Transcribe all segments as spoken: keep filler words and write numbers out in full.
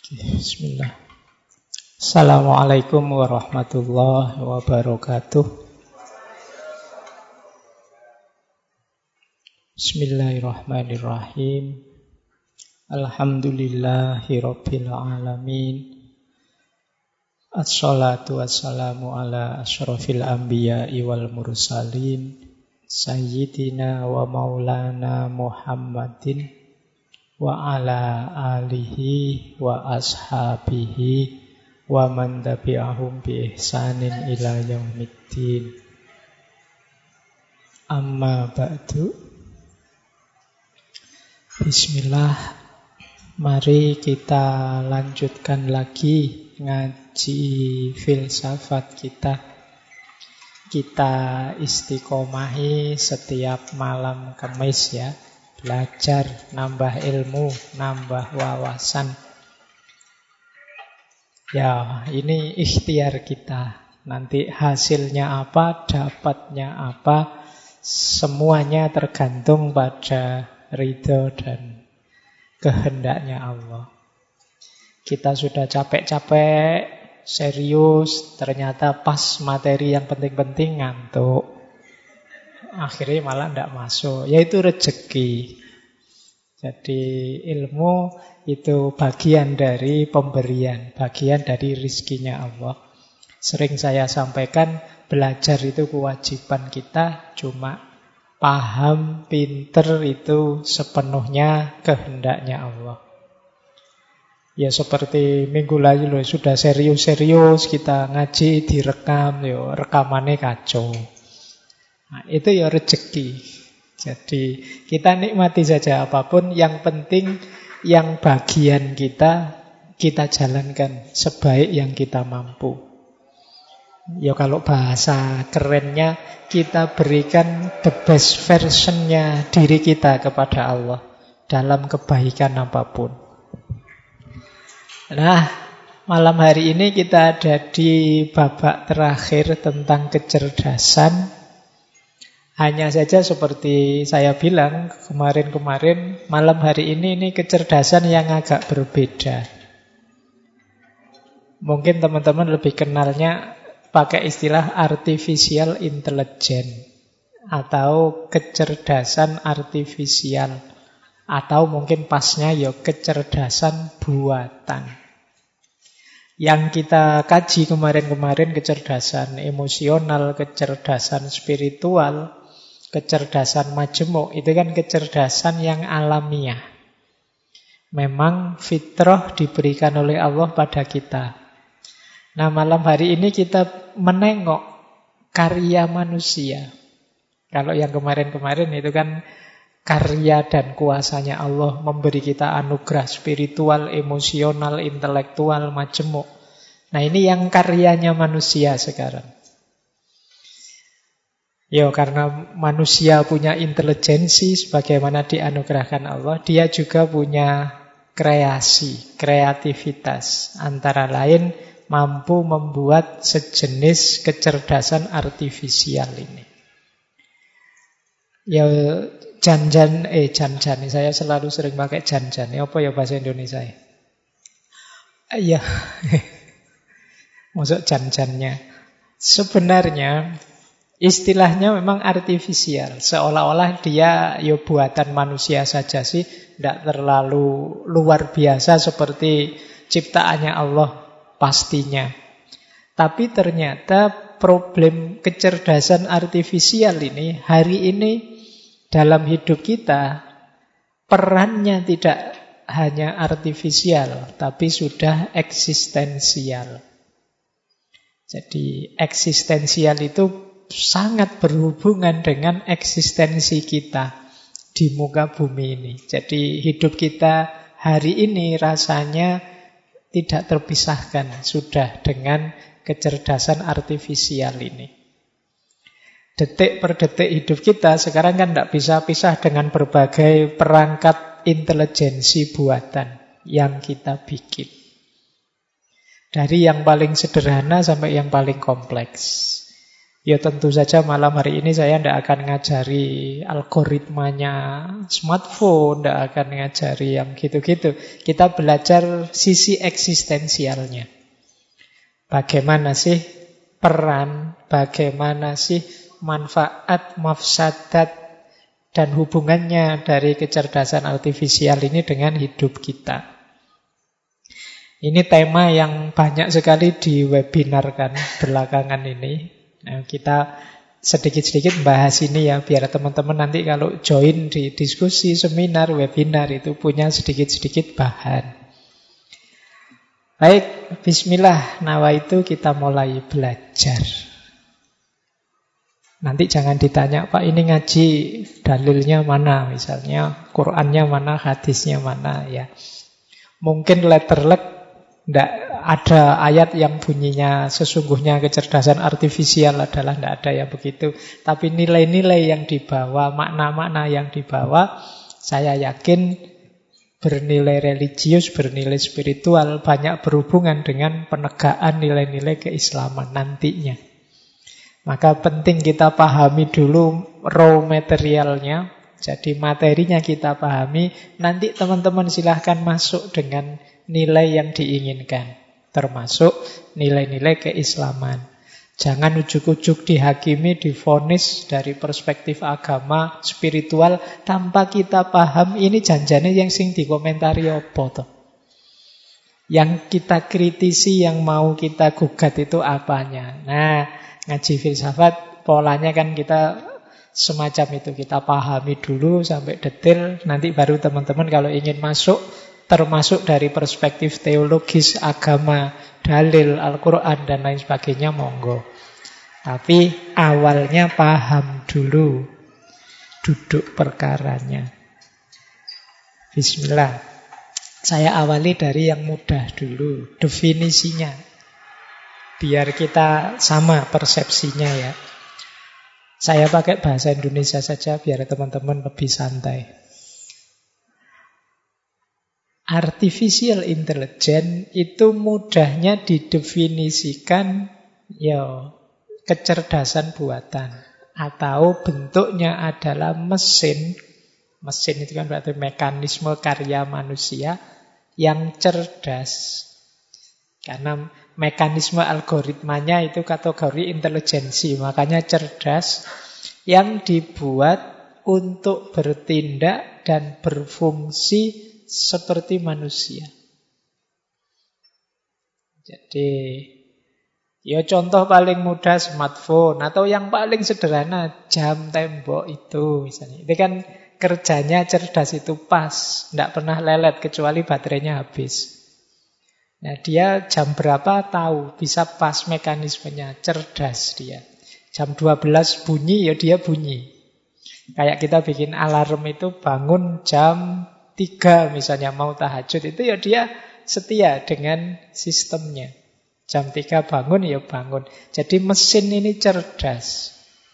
Bismillah. Assalamualaikum warahmatullahi wabarakatuh. Bismillahirrahmanirrahim. Alhamdulillahi rabbil alamin. Assalatu wassalamu ala asyrafil anbiya'i wal mursalin Sayyidina wa maulana Muhammadin wa ala alihi wa ashabihi wa man tabi'ahum bi ihsanin ila yaumiddin. Amma ba'du. Bismillah. Mari kita lanjutkan lagi ngaji filsafat kita. Kita istiqomahi setiap malam Kamis ya. Belajar, nambah ilmu, nambah wawasan. Ya, ini ikhtiar kita. Nanti hasilnya apa, dapatnya apa, semuanya tergantung pada ridho dan kehendaknya Allah. Kita sudah capek-capek, serius, ternyata pas materi yang penting-penting ngantuk. Akhirnya malah tidak masuk. Yaitu rezeki. Jadi ilmu itu bagian dari pemberian, bagian dari rizkinya Allah. Sering saya sampaikan, belajar itu kewajiban kita, cuma paham, pinter itu sepenuhnya kehendaknya Allah. Ya seperti minggu lalu loh, sudah serius-serius kita ngaji direkam, yo rekamannya kacau. Nah, itu ya rezeki. Jadi kita nikmati saja apapun, yang penting yang bagian kita, kita jalankan sebaik yang kita mampu. Ya kalau bahasa kerennya, kita berikan the best versionnya diri kita kepada Allah dalam kebaikan apapun. Nah, malam hari ini kita ada di babak terakhir tentang kecerdasan. Hanya saja seperti saya bilang kemarin-kemarin, malam hari ini ini kecerdasan yang agak berbeda. Mungkin teman-teman lebih kenalnya pakai istilah artificial intelligence atau kecerdasan artifisial, atau mungkin pasnya ya kecerdasan buatan. Yang kita kaji kemarin-kemarin kecerdasan emosional, kecerdasan spiritual, kecerdasan majemuk, itu kan kecerdasan yang alamiah. Memang fitrah diberikan oleh Allah pada kita. Nah, malam hari ini kita menengok karya manusia. Kalau yang kemarin-kemarin itu kan karya dan kuasanya Allah memberi kita anugerah spiritual, emosional, intelektual, majemuk. Nah, ini yang karyanya manusia sekarang. Ya, karena manusia punya intelijensi sebagaimana dianugerahkan Allah, dia juga punya kreasi, kreativitas. Antara lain mampu membuat sejenis kecerdasan artifisial ini. Ya, jan-jan, eh jan-jan, saya selalu sering pakai jan-jan. Apa ya bahasa Indonesia? Iya, maksud jan-jannya. Sebenarnya istilahnya memang artifisial, seolah-olah dia ya buatan manusia saja sih, tidak terlalu luar biasa seperti ciptaannya Allah pastinya. Tapi ternyata problem kecerdasan artifisial ini hari ini dalam hidup kita perannya tidak hanya artifisial, tapi sudah eksistensial. Jadi eksistensial itu sangat berhubungan dengan eksistensi kita di muka bumi ini. Jadi hidup kita hari ini rasanya tidak terpisahkan sudah dengan kecerdasan artifisial ini. Detik per detik hidup kita sekarang kan tidak bisa pisah dengan berbagai perangkat intelijensi buatan yang kita bikin. Dari yang paling sederhana sampai yang paling kompleks. Ya tentu saja malam hari ini saya tidak akan ngajari algoritmanya smartphone, tidak akan ngajari yang gitu-gitu. Kita belajar sisi eksistensialnya. Bagaimana sih peran, bagaimana sih manfaat, mafsadat, dan hubungannya dari kecerdasan artifisial ini dengan hidup kita. Ini tema yang banyak sekali di webinar kan belakangan ini. Nah, kita sedikit-sedikit bahas ini ya, biar teman-teman nanti kalau join di diskusi, seminar, webinar itu punya sedikit-sedikit bahan. Baik, bismillah, nawaitu kita mulai belajar. Nanti jangan ditanya, Pak ini ngaji dalilnya mana, misalnya Qur'annya mana, hadisnya mana ya. Mungkin letterlek tidak ada ayat yang bunyinya sesungguhnya kecerdasan artifisial adalah, tidak ada yang begitu. Tapi nilai-nilai yang dibawa, makna-makna yang dibawa, saya yakin bernilai religius, bernilai spiritual, banyak berhubungan dengan penegakan nilai-nilai keislaman nantinya. Maka penting kita pahami dulu raw materialnya. Jadi materinya kita pahami, nanti teman-teman silahkan masuk dengan nilai yang diinginkan, termasuk nilai-nilai keislaman. Jangan ujuk-ujuk dihakimi, divonis dari perspektif agama, spiritual, tanpa kita paham ini janjane yang sing dikomentari apa toh. Yang kita kritisi, yang mau kita gugat itu apanya. Nah, ngaji filsafat polanya kan kita semacam itu, kita pahami dulu sampai detail, nanti baru teman-teman kalau ingin masuk, termasuk dari perspektif teologis, agama, dalil, Al-Quran, dan lain sebagainya, monggo. Tapi awalnya paham dulu duduk perkaranya. Bismillah. Saya awali dari yang mudah dulu, definisinya. Biar kita sama persepsinya ya. Saya pakai bahasa Indonesia saja biar teman-teman lebih santai. Artificial intelligence itu mudahnya didefinisikan ya kecerdasan buatan atau bentuknya adalah mesin. Mesin itu kan berarti mekanisme karya manusia yang cerdas. Karena mekanisme algoritmanya itu kategori intelijensi, makanya cerdas, yang dibuat untuk bertindak dan berfungsi seperti manusia. Jadi, ya contoh paling mudah smartphone, atau yang paling sederhana jam tembok itu misalnya. Itu kan kerjanya cerdas, itu pas, tidak pernah lelet kecuali baterainya habis. Nah, dia jam berapa tahu, bisa pas mekanismenya, cerdas dia. Jam dua belas bunyi, ya dia bunyi. Kayak kita bikin alarm itu bangun jam tiga misalnya mau tahajud, itu ya dia setia dengan sistemnya. Jam tiga bangun, ya bangun. Jadi mesin ini cerdas.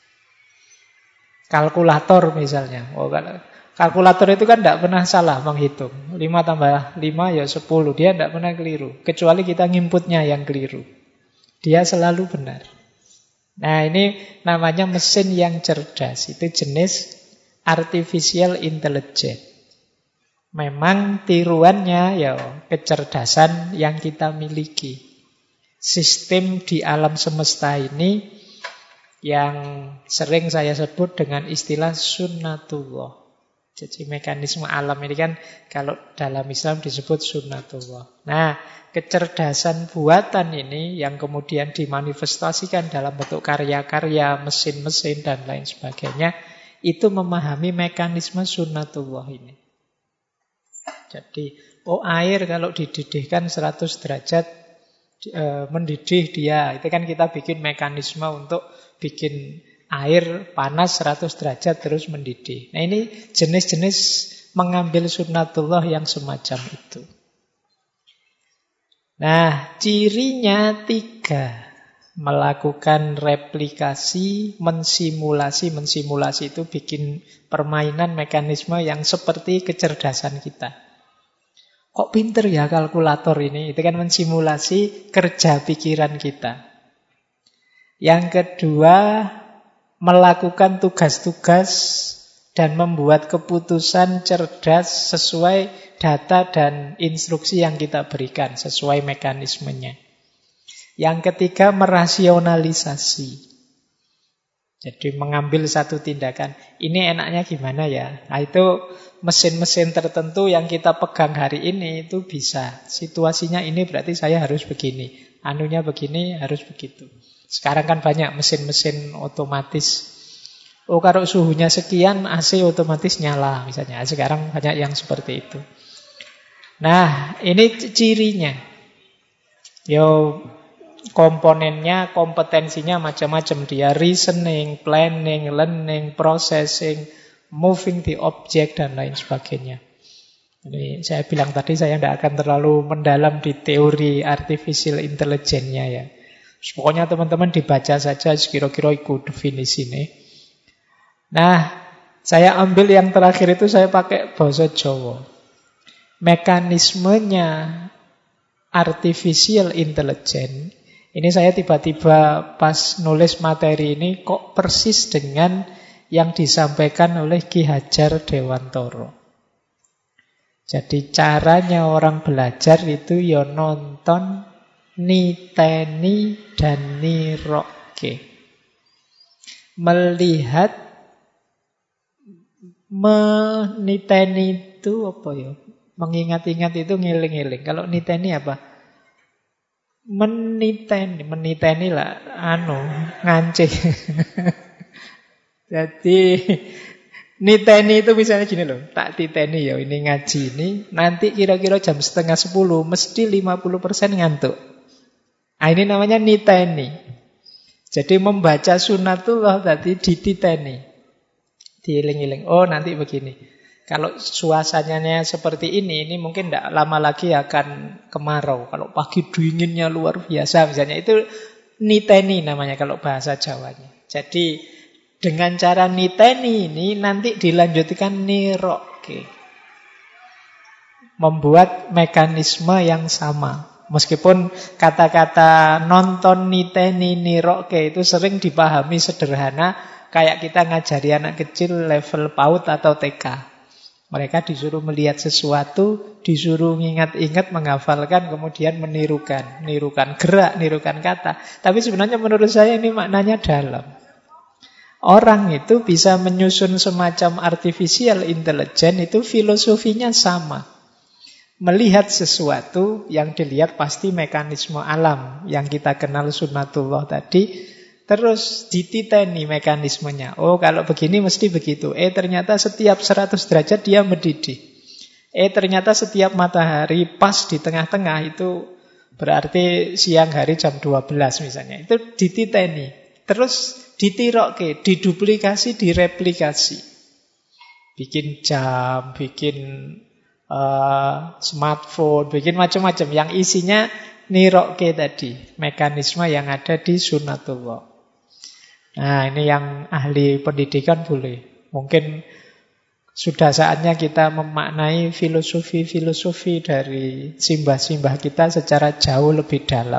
Kalkulator misalnya. Oh, kalau kalkulator itu kan tidak pernah salah menghitung. lima tambah lima ya sepuluh. Dia tidak pernah keliru. Kecuali kita nginputnya yang keliru. Dia selalu benar. Nah, ini namanya mesin yang cerdas. Itu jenis artificial intelligence. Memang tiruannya ya kecerdasan yang kita miliki. Sistem di alam semesta ini yang sering saya sebut dengan istilah sunnatullah. Jadi mekanisme alam ini kan kalau dalam Islam disebut sunnatullah. Nah, kecerdasan buatan ini yang kemudian dimanifestasikan dalam bentuk karya-karya, mesin-mesin dan lain sebagainya, itu memahami mekanisme sunnatullah ini. Jadi, oh air kalau dididihkan seratus derajat e, mendidih dia. Itu kan kita bikin mekanisme untuk bikin air panas seratus derajat terus mendidih. Nah, ini jenis-jenis mengambil sunnatullah yang semacam itu. Nah, cirinya tiga. Melakukan replikasi, mensimulasi. Mensimulasi itu bikin permainan mekanisme yang seperti kecerdasan kita. Kok pinter ya kalkulator ini? Itu kan mensimulasi kerja pikiran kita. Yang kedua, melakukan tugas-tugas dan membuat keputusan cerdas sesuai data dan instruksi yang kita berikan, sesuai mekanismenya. Yang ketiga, merasionalisasi. Jadi mengambil satu tindakan, ini enaknya gimana ya? Nah, itu mesin-mesin tertentu yang kita pegang hari ini itu bisa. Situasinya ini berarti saya harus begini. Anunya begini, harus begitu. Sekarang kan banyak mesin-mesin otomatis. Oh, kalau suhunya sekian, A C otomatis nyala misalnya. Sekarang banyak yang seperti itu. Nah, ini cirinya. Yo, komponennya, kompetensinya macam-macam. Dia reasoning, planning, learning, processing, moving the object, dan lain sebagainya. Ini saya bilang tadi, saya tidak akan terlalu mendalam di teori artificial intelligence-nya ya. Pokoknya teman-teman dibaca saja, kira-kira ikut definisi ini. Nah, saya ambil yang terakhir itu saya pakai bahasa Jawa. Mekanismenya artificial intelligence, ini saya tiba-tiba pas nulis materi ini kok persis dengan yang disampaikan oleh Ki Hajar Dewantara. Jadi caranya orang belajar itu ya nonton, niteni, dan nirokke. Melihat, meniteni itu apa ya? Mengingat-ingat itu ngiling-ngiling. Kalau niteni apa? Meniteni, meniteni lah, anu, ngancing. Jadi niteni itu misalnya gini loh, tak titeni ya, ini ngaji ini, nanti kira-kira jam setengah sepuluh, mesti lima puluh persen ngantuk. Nah, ini namanya niteni. Jadi membaca sunatullah tadi dititeni. Diiling-iling, oh nanti begini. Kalau suasananya seperti ini, ini mungkin tidak lama lagi akan kemarau. Kalau pagi dinginnya luar biasa misalnya, itu niteni namanya kalau bahasa Jawanya. Jadi dengan cara niteni ini nanti dilanjutkan nirokke. Membuat mekanisme yang sama. Meskipun kata-kata nonton, niteni, nirokke itu sering dipahami sederhana, kayak kita ngajari anak kecil level PAUD atau T K. Mereka disuruh melihat sesuatu, disuruh ingat-ingat, menghafalkan, kemudian menirukan. Nirukan gerak, nirukan kata. Tapi sebenarnya menurut saya ini maknanya dalam. Orang itu bisa menyusun semacam artificial intelligence, itu filosofinya sama. Melihat sesuatu, yang dilihat pasti mekanisme alam yang kita kenal sunatullah tadi. Terus dititeni mekanismenya. Oh, kalau begini mesti begitu. Eh, ternyata setiap seratus derajat dia mendidih. Eh, ternyata setiap matahari pas di tengah-tengah itu berarti siang hari jam dua belas misalnya. Itu dititeni. Terus ditirokke, diduplikasi, direplikasi. Bikin jam, bikin uh, smartphone, bikin macam-macam. Yang isinya nirokke tadi. Mekanisme yang ada di sunatullah. Nah, ini yang ahli pendidikan boleh. Mungkin sudah saatnya kita memaknai filosofi-filosofi dari simbah-simbah kita secara jauh lebih dalam.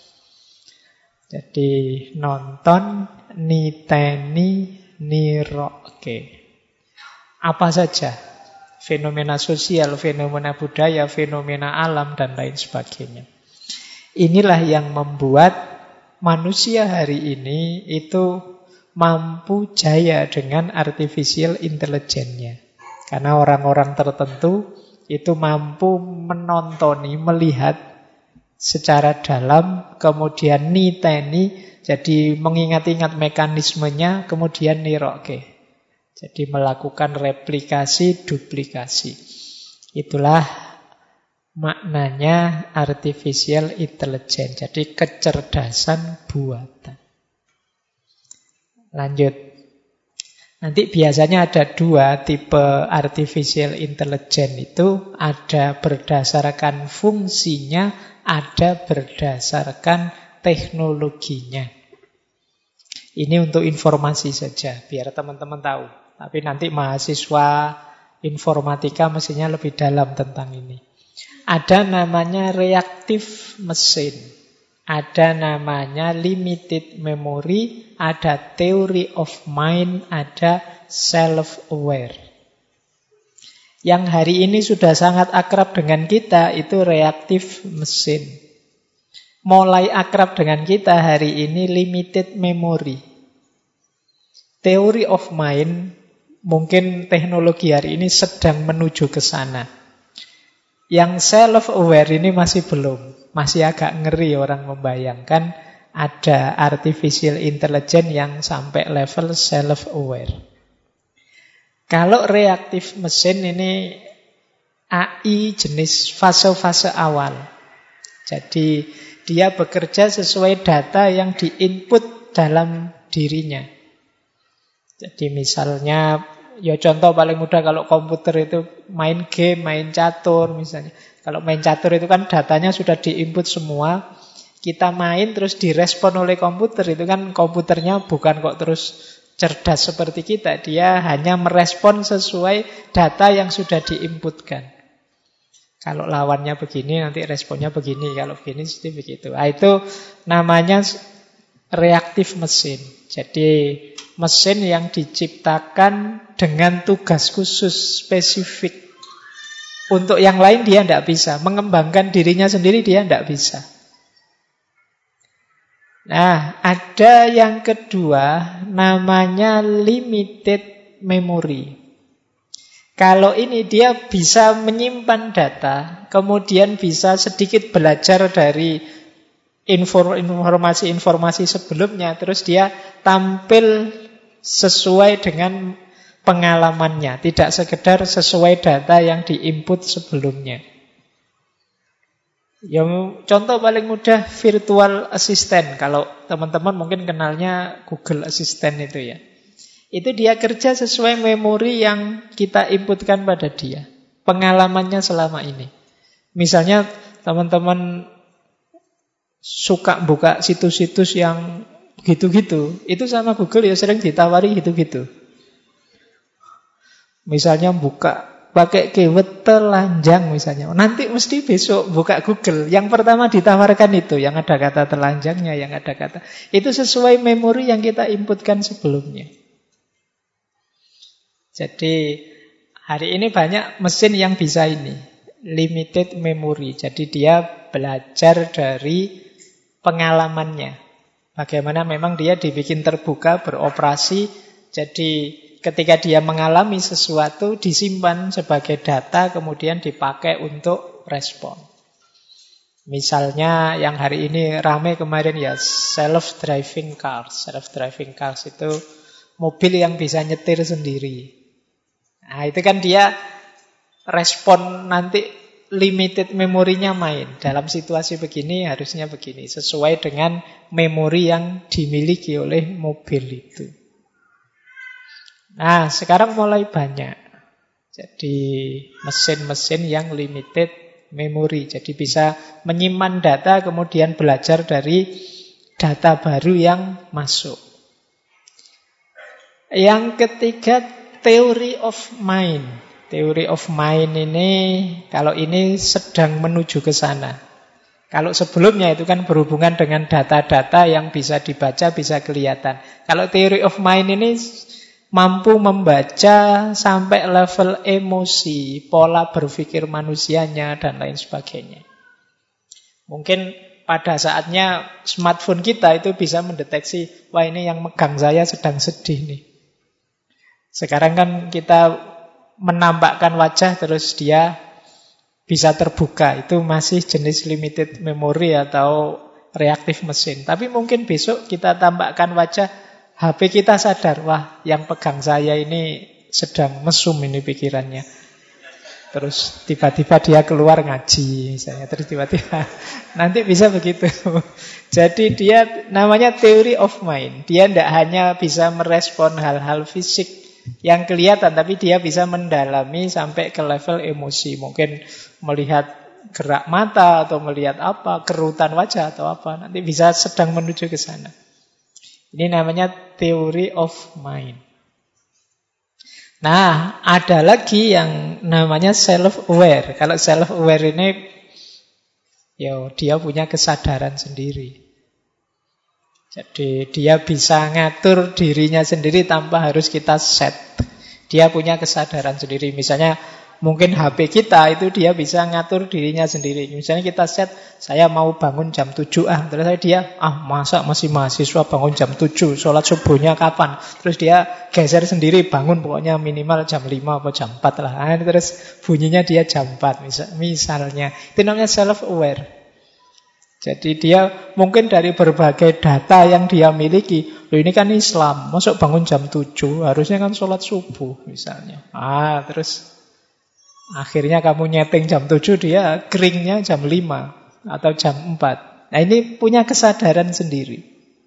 Jadi nonton, niteni, nirokke. Apa saja? Fenomena sosial, fenomena budaya, fenomena alam, dan lain sebagainya. Inilah yang membuat manusia hari ini itu mampu jaya dengan artificial intelligence-nya. Karena orang-orang tertentu itu mampu menontoni, melihat secara dalam, kemudian niteni, jadi mengingat-ingat mekanismenya, kemudian nirokke. Jadi melakukan replikasi, duplikasi. Itulah maknanya artificial intelligence. Jadi kecerdasan buatan. Lanjut. Nanti biasanya ada dua tipe artificial intelligence itu. Ada berdasarkan fungsinya, ada berdasarkan teknologinya. Ini untuk informasi saja, biar teman-teman tahu. Tapi nanti mahasiswa informatika mestinya lebih dalam tentang ini. Ada namanya reaktif mesin. Ada namanya limited memory, ada theory of mind, ada self-aware. Yang hari ini sudah sangat akrab dengan kita itu reactive machine. Mulai akrab dengan kita hari ini limited memory. Theory of mind, mungkin teknologi hari ini sedang menuju ke sana. Yang self-aware ini masih belum. Masih agak ngeri orang membayangkan ada artificial intelligence yang sampai level self-aware. Kalau reactive machine ini A I jenis fase-fase awal. Jadi dia bekerja sesuai data yang diinput dalam dirinya. Jadi misalnya, ya contoh paling mudah kalau komputer itu main game, main catur misalnya. Kalau main catur itu kan datanya sudah diinput semua. Kita main terus direspon oleh komputer. Itu kan komputernya bukan kok terus cerdas seperti kita. Dia hanya merespon sesuai data yang sudah diinputkan. Kalau lawannya begini nanti responnya begini. Kalau begini jadi begitu. Nah, itu namanya reactive machine. Jadi mesin yang diciptakan dengan tugas khusus spesifik. Untuk yang lain dia tidak bisa. Mengembangkan dirinya sendiri dia tidak bisa. Nah, ada yang kedua namanya limited memory. Kalau ini dia bisa menyimpan data, kemudian bisa sedikit belajar dari informasi-informasi sebelumnya, terus dia tampil sesuai dengan pengalamannya, tidak sekedar sesuai data yang diinput sebelumnya. Yang contoh paling mudah virtual assistant. Kalau teman-teman mungkin kenalnya Google Assistant itu ya. Itu dia kerja sesuai memori yang kita inputkan pada dia. Pengalamannya selama ini. Misalnya teman-teman suka buka situs-situs yang gitu-gitu, itu sama Google ya sering ditawari gitu-gitu. Misalnya buka pakai keyword telanjang misalnya. Nanti mesti besok buka Google. Yang pertama ditawarkan itu, yang ada kata telanjangnya, yang ada kata. Itu sesuai memori yang kita inputkan sebelumnya. Jadi hari ini banyak mesin yang bisa ini. Limited memory. Jadi dia belajar dari pengalamannya. Bagaimana memang dia dibikin terbuka, beroperasi. Jadi ketika dia mengalami sesuatu, disimpan sebagai data, kemudian dipakai untuk respon. Misalnya yang hari ini ramai kemarin ya, self-driving cars. Self-driving cars itu mobil yang bisa nyetir sendiri. Nah itu kan dia respon nanti limited memorinya main. Dalam situasi begini harusnya begini. Sesuai dengan memori yang dimiliki oleh mobil itu. Nah, sekarang mulai banyak. Jadi mesin-mesin yang limited memory. Jadi bisa menyimpan data kemudian belajar dari data baru yang masuk. Yang ketiga, theory of mind. Theory of mind ini, kalau ini sedang menuju ke sana. Kalau sebelumnya itu kan berhubungan dengan data-data yang bisa dibaca, bisa kelihatan. Kalau theory of mind ini mampu membaca sampai level emosi, pola berpikir manusianya, dan lain sebagainya. Mungkin pada saatnya smartphone kita itu bisa mendeteksi, wah ini yang megang saya sedang sedih nih. Sekarang kan kita menampakkan wajah terus dia bisa terbuka. Itu masih jenis limited memory atau reactive machine. Tapi mungkin besok kita tampakkan wajah, H P kita sadar, wah yang pegang saya ini sedang mesum ini pikirannya. Terus tiba-tiba dia keluar ngaji misalnya. Terus tiba-tiba nanti bisa begitu. Jadi dia namanya theory of mind. Dia tidak hanya bisa merespon hal-hal fisik yang kelihatan, tapi dia bisa mendalami sampai ke level emosi. Mungkin melihat gerak mata atau melihat apa, kerutan wajah atau apa. Nanti bisa sedang menuju ke sana. Ini namanya theory of mind. Nah, ada lagi yang namanya self-aware. Kalau self-aware ini, ya dia punya kesadaran sendiri. Jadi dia bisa ngatur dirinya sendiri tanpa harus kita set. Dia punya kesadaran sendiri. Misalnya mungkin H P kita itu dia bisa ngatur dirinya sendiri. Misalnya kita set, saya mau bangun jam tujuh ah. Terus dia, ah masa masih mahasiswa bangun jam tujuh, sholat subuhnya kapan? Terus dia geser sendiri, bangun pokoknya minimal jam lima atau jam empat lah. Nah, terus bunyinya dia jam empat misalnya. Itu namanya self-aware. Jadi dia mungkin dari berbagai data yang dia miliki, loh ini kan Islam, masuk bangun jam tujuh, harusnya kan sholat subuh misalnya. Ah, terus akhirnya kamu nyeting jam tujuh, dia keringnya jam lima atau jam empat. Nah ini punya kesadaran sendiri.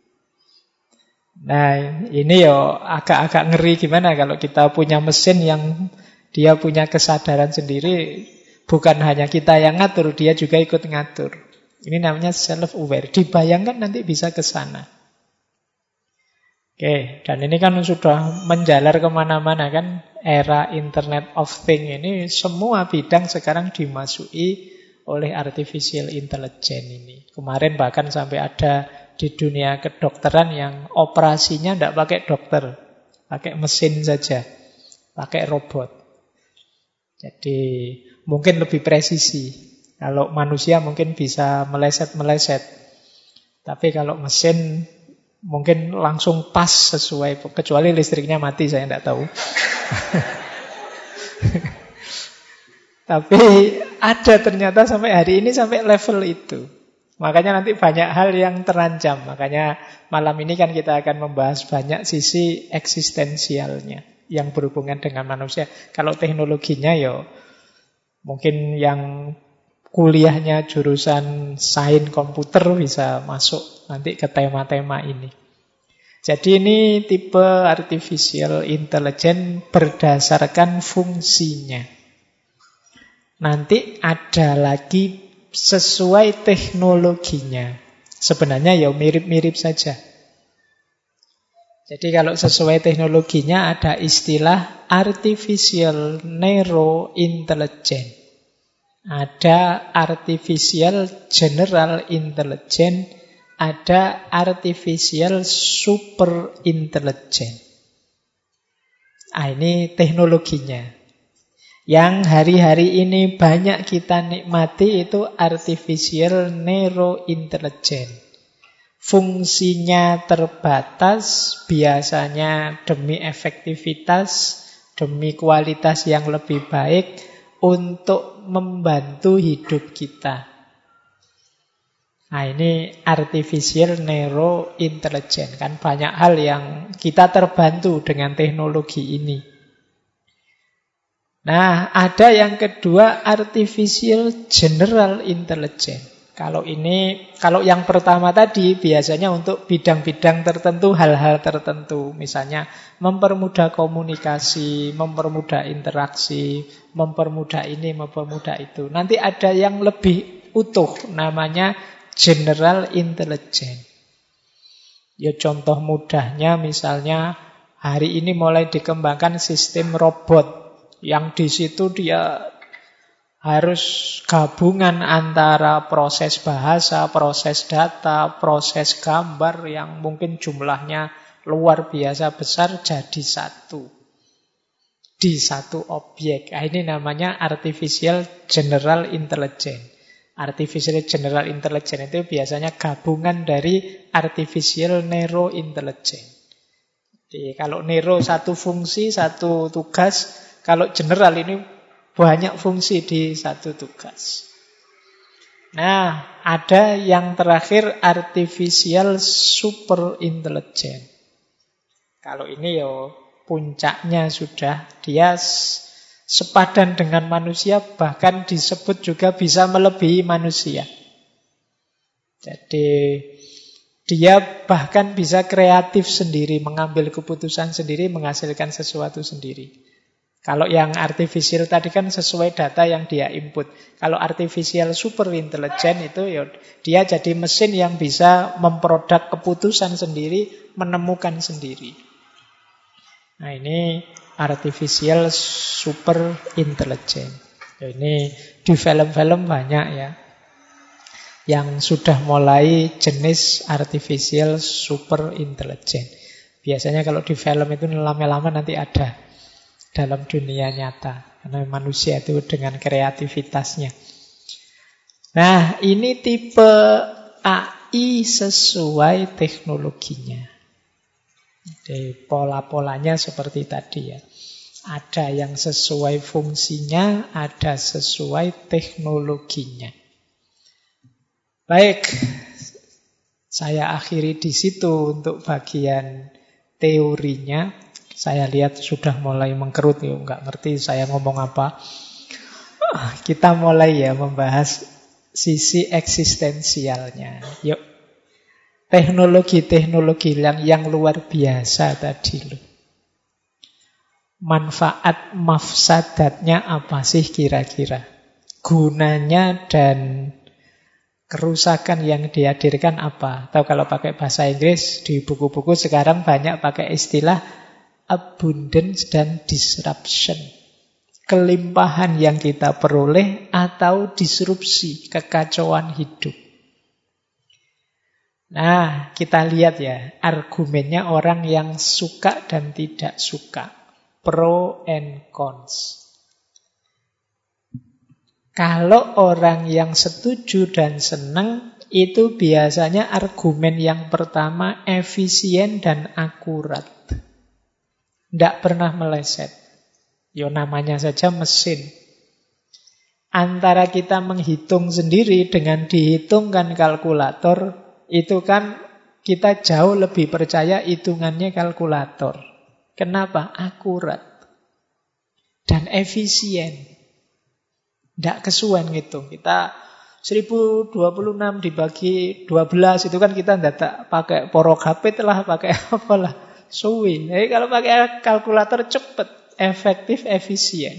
Nah ini ya agak-agak ngeri gimana kalau kita punya mesin yang dia punya kesadaran sendiri. Bukan hanya kita yang ngatur, dia juga ikut ngatur. Ini namanya self-aware. Dibayangkan nanti bisa ke sana. Oke, dan ini kan sudah menjalar kemana-mana kan. Era Internet of Things ini semua bidang sekarang dimasuki oleh artificial intelligence ini. Kemarin bahkan sampai ada di dunia kedokteran yang operasinya tidak pakai dokter, pakai mesin saja, pakai robot. Jadi mungkin lebih presisi. Kalau manusia mungkin bisa meleset-meleset. Tapi kalau mesin mungkin langsung pas sesuai. Kecuali listriknya mati, saya tidak tahu. Tapi ada ternyata sampai hari ini sampai level itu. Makanya nanti banyak hal yang terancam. Makanya malam ini kan kita akan membahas banyak sisi eksistensialnya yang berhubungan dengan manusia. Kalau teknologinya ya mungkin yang kuliahnya jurusan sains komputer bisa masuk nanti ke tema-tema ini. Jadi ini tipe artificial intelligence berdasarkan fungsinya. Nanti ada lagi sesuai teknologinya. Sebenarnya ya mirip-mirip saja. Jadi kalau sesuai teknologinya ada istilah artificial narrow intelligence. Ada artificial general intelligence, ada artificial super intelligence. Ah, ini teknologinya. Yang hari-hari ini banyak kita nikmati itu artificial narrow intelligence. Fungsinya terbatas, biasanya demi efektivitas, demi kualitas yang lebih baik, untuk membantu hidup kita. Nah ini artificial narrow intelligence. Kan banyak hal yang kita terbantu dengan teknologi ini. Nah ada yang kedua artificial general intelligence. Kalau ini, kalau yang pertama tadi biasanya untuk bidang-bidang tertentu, hal-hal tertentu. Misalnya mempermudah komunikasi, mempermudah interaksi, mempermudah ini, mempermudah itu. Nanti ada yang lebih utuh, namanya general intelligence. Ya contoh mudahnya misalnya hari ini mulai dikembangkan sistem robot. Yang di situ dia harus gabungan antara proses bahasa, proses data, proses gambar yang mungkin jumlahnya luar biasa besar jadi satu. Di satu objek. Nah, ini namanya artificial general intelligence. Artificial general intelligence itu biasanya gabungan dari artificial narrow intelligence. Jadi kalau narrow satu fungsi, satu tugas. Kalau general ini banyak fungsi di satu tugas. Nah, ada yang terakhir artificial super intelligence. Kalau ini ya puncaknya sudah dia sepadan dengan manusia, bahkan disebut juga bisa melebihi manusia. Jadi dia bahkan bisa kreatif sendiri, mengambil keputusan sendiri, menghasilkan sesuatu sendiri. Kalau yang artificial tadi kan sesuai data yang dia input. Kalau artificial super intelligence itu ya, dia jadi mesin yang bisa memproduk keputusan sendiri, menemukan sendiri. Nah ini artificial super intelligence. Ini di film-film banyak ya. yang sudah mulai jenis artificial super intelligence. Biasanya kalau di film itu lama-lama nanti ada dalam dunia nyata. Karena manusia itu dengan kreativitasnya. Nah, ini tipe A I sesuai teknologinya. Jadi pola-polanya seperti tadi ya. Ada yang sesuai fungsinya, ada sesuai teknologinya. Baik, saya akhiri di situ untuk bagian teorinya. Saya lihat sudah mulai mengkerut, ya, nggak ngerti saya ngomong apa. Kita mulai ya membahas sisi eksistensialnya. Yuk, teknologi-teknologi yang, yang luar biasa tadi loh. Manfaat mafsadatnya apa sih kira-kira? Gunanya dan kerusakan yang dihadirkan apa? Atau kalau pakai bahasa Inggris, di buku-buku sekarang banyak pakai istilah abundance dan disruption. Kelimpahan yang kita peroleh atau disrupsi, kekacauan hidup. Nah, kita lihat ya, argumennya orang yang suka dan tidak suka. Pro and cons. Kalau orang yang setuju dan senang, itu biasanya argumen yang pertama efisien dan akurat. Tidak pernah meleset. Yo namanya saja mesin. Antara kita menghitung sendiri dengan dihitungkan kalkulator, itu kan kita jauh lebih percaya hitungannya kalkulator. Kenapa? Akurat. Dan efisien. Tidak kesuwen ngitung. Kita seribu dua puluh enam dibagi dua belas, itu kan kita tidak pakai porokapit lah, pakai apalah. Suwi. Jadi kalau pakai kalkulator cepat, efektif, efisien.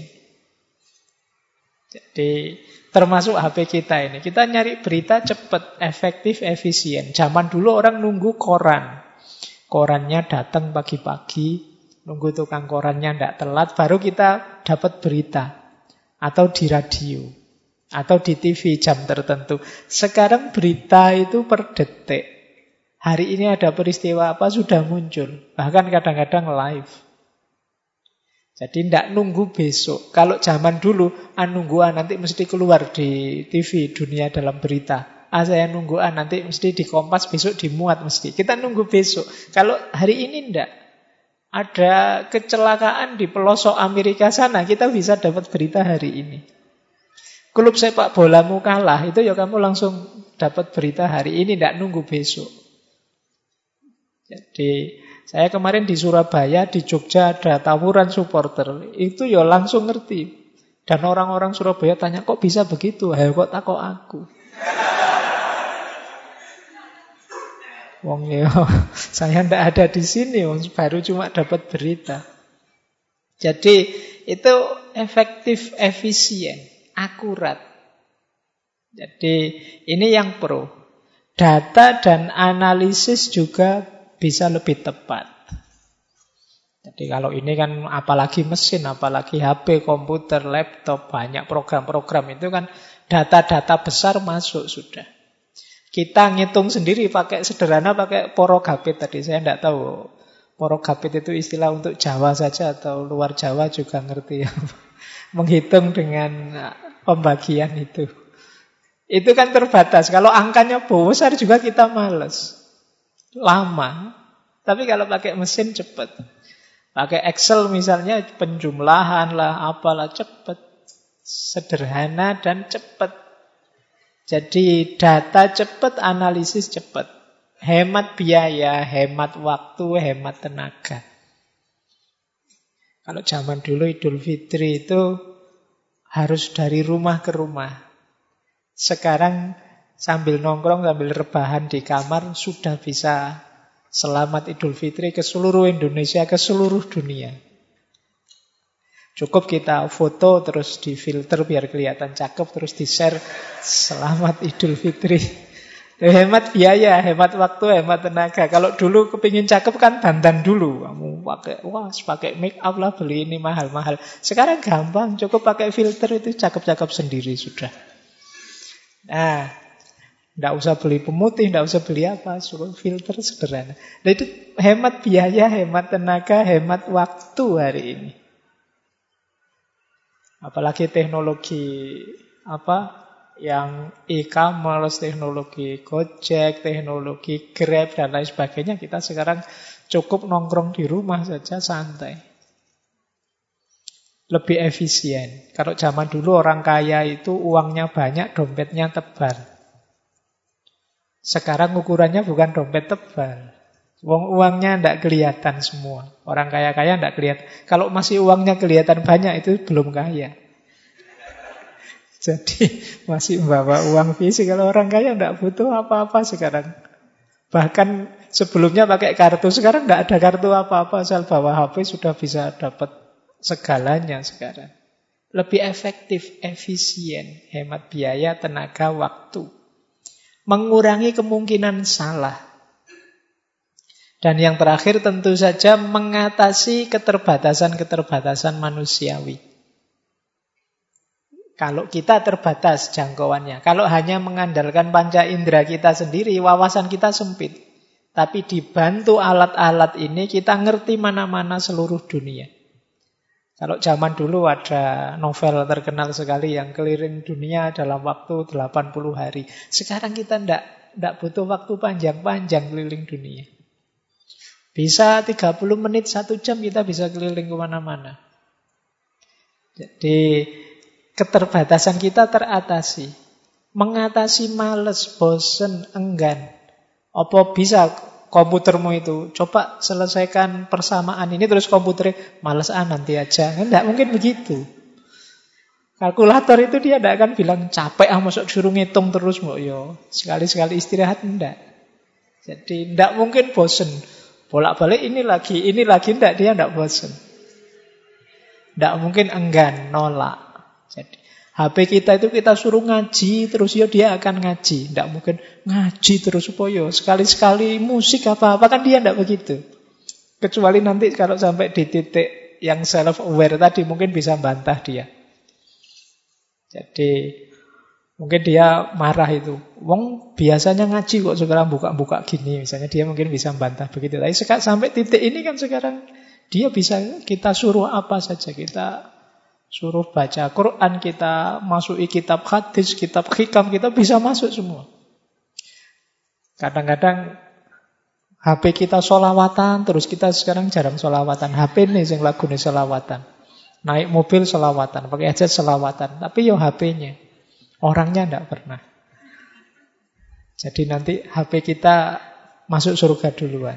Jadi termasuk H P kita ini. Kita nyari berita cepat, efektif, efisien. Zaman dulu orang nunggu koran. Korannya datang pagi-pagi, nunggu tukang korannya tidak telat, baru kita dapat berita. Atau di radio. Atau di T V jam tertentu. Sekarang berita itu per detik. Hari ini ada peristiwa apa sudah muncul. Bahkan kadang-kadang live. Jadi tidak nunggu besok. Kalau zaman dulu, ah, nunggu ah, nanti mesti keluar di T V dunia dalam berita. Ah, saya nunggu ah, nanti mesti di Kompas, besok dimuat mesti. Kita nunggu besok. Kalau hari ini tidak. Ada kecelakaan di pelosok Amerika sana, kita bisa dapat berita hari ini. Klub sepak bolamu kalah, itu ya kamu langsung dapat berita hari ini, tidak nunggu besok. Jadi saya kemarin di Surabaya, di Jogja ada tawuran supporter. Itu ya langsung ngerti. Dan orang-orang Surabaya tanya, kok bisa begitu? Ayo kok takut aku. Wong ya, saya ndak ada di sini, wong baru cuma dapat berita. Jadi itu efektif, efisien, akurat. Jadi ini yang pro. Data dan analisis juga bisa lebih tepat. Jadi kalau ini kan apalagi mesin, apalagi H P, komputer, laptop, banyak program-program itu kan data-data besar masuk sudah. Kita ngitung sendiri pakai sederhana, pakai porogapit tadi. Saya tidak tahu porogapit itu istilah untuk Jawa saja atau luar Jawa juga ngerti ya. Menghitung dengan pembagian itu. Itu kan terbatas. Kalau angkanya besar juga kita males. Lama. Tapi kalau pakai mesin cepat. Pakai Excel misalnya penjumlahan lah, apalah cepat. Sederhana dan cepat. Jadi data cepat, analisis cepat. Hemat biaya, hemat waktu, hemat tenaga. Kalau zaman dulu Idul Fitri itu harus dari rumah ke rumah. Sekarang sambil nongkrong, sambil rebahan di kamar sudah bisa selamat Idul Fitri ke seluruh Indonesia, ke seluruh dunia. Cukup kita foto terus difilter biar kelihatan cakep, terus di-share selamat Idul Fitri. Hemat biaya, hemat waktu, hemat tenaga. Kalau dulu kepingin cakep kan dandan dulu. Kamu pakai wah, pakai make up lah, beli ini mahal-mahal. Sekarang gampang, cukup pakai filter itu cakep-cakep sendiri sudah. Nah, Tidak usah beli pemutih, tidak usah beli apa, suruh filter sederhana. Nah, itu hemat biaya, hemat tenaga, hemat waktu hari ini. Apalagi teknologi apa yang e-commerce, teknologi Gojek, teknologi Grab dan lain sebagainya, kita sekarang cukup nongkrong di rumah saja santai. Lebih efisien. Kalau zaman dulu orang kaya itu uangnya banyak, dompetnya tebal. Sekarang ukurannya bukan dompet tebal. Uang uangnya tidak kelihatan semua. Orang kaya-kaya tidak kelihatan. Kalau masih uangnya kelihatan banyak itu belum kaya. Jadi masih membawa uang fisik. Kalau orang kaya tidak butuh apa-apa sekarang. Bahkan sebelumnya pakai kartu. Sekarang tidak ada kartu apa-apa. Asal bawa H P sudah bisa dapat segalanya sekarang. Lebih efektif, efisien. Hemat biaya, tenaga, waktu. Mengurangi kemungkinan salah. Dan yang terakhir tentu saja mengatasi keterbatasan-keterbatasan manusiawi. Kalau kita terbatas jangkauannya, kalau hanya mengandalkan panca indera kita sendiri, wawasan kita sempit. Tapi dibantu alat-alat ini kita ngerti mana-mana seluruh dunia. Kalau zaman dulu ada novel terkenal sekali yang keliling dunia dalam waktu delapan puluh hari. Sekarang kita tidak tidak butuh waktu panjang-panjang keliling dunia. Bisa tiga puluh menit, satu jam kita bisa keliling kemana-mana. Jadi keterbatasan kita teratasi. Mengatasi males, bosen, enggan. Apa bisa komputermu itu? Coba selesaikan persamaan ini terus komputernya males ah nanti aja. Tidak mungkin begitu. Kalkulator itu dia tidak akan bilang capek ah masuk suruh ngitung terus mbok yo. Sekali-sekali istirahat enggak. Jadi tidak mungkin bosen. Bolak-balik ini lagi, ini lagi, enggak, dia enggak bosan. Enggak mungkin enggan, nolak. Jadi H P kita itu kita suruh ngaji, terus ya dia akan ngaji. Enggak mungkin ngaji terus supaya sekali-sekali musik apa-apa, kan dia enggak begitu. Kecuali nanti kalau sampai di titik yang self-aware tadi, mungkin bisa bantah dia. Jadi mungkin dia marah itu. Wong biasanya ngaji kok sekarang buka-buka gini. Misalnya dia mungkin bisa membantah begitu. Tapi sampai titik ini kan sekarang dia bisa kita suruh apa saja. Kita suruh baca Quran, kita masuki kitab hadis, kitab hikam, kita bisa masuk semua. Kadang-kadang H P kita sholawatan, terus kita sekarang jarang sholawatan. H P nih yang lagu nih sholawatan. Naik mobil sholawatan, pakai headset sholawatan. Tapi yo H P-nya. Orangnya tidak pernah. Jadi nanti H P kita masuk surga duluan.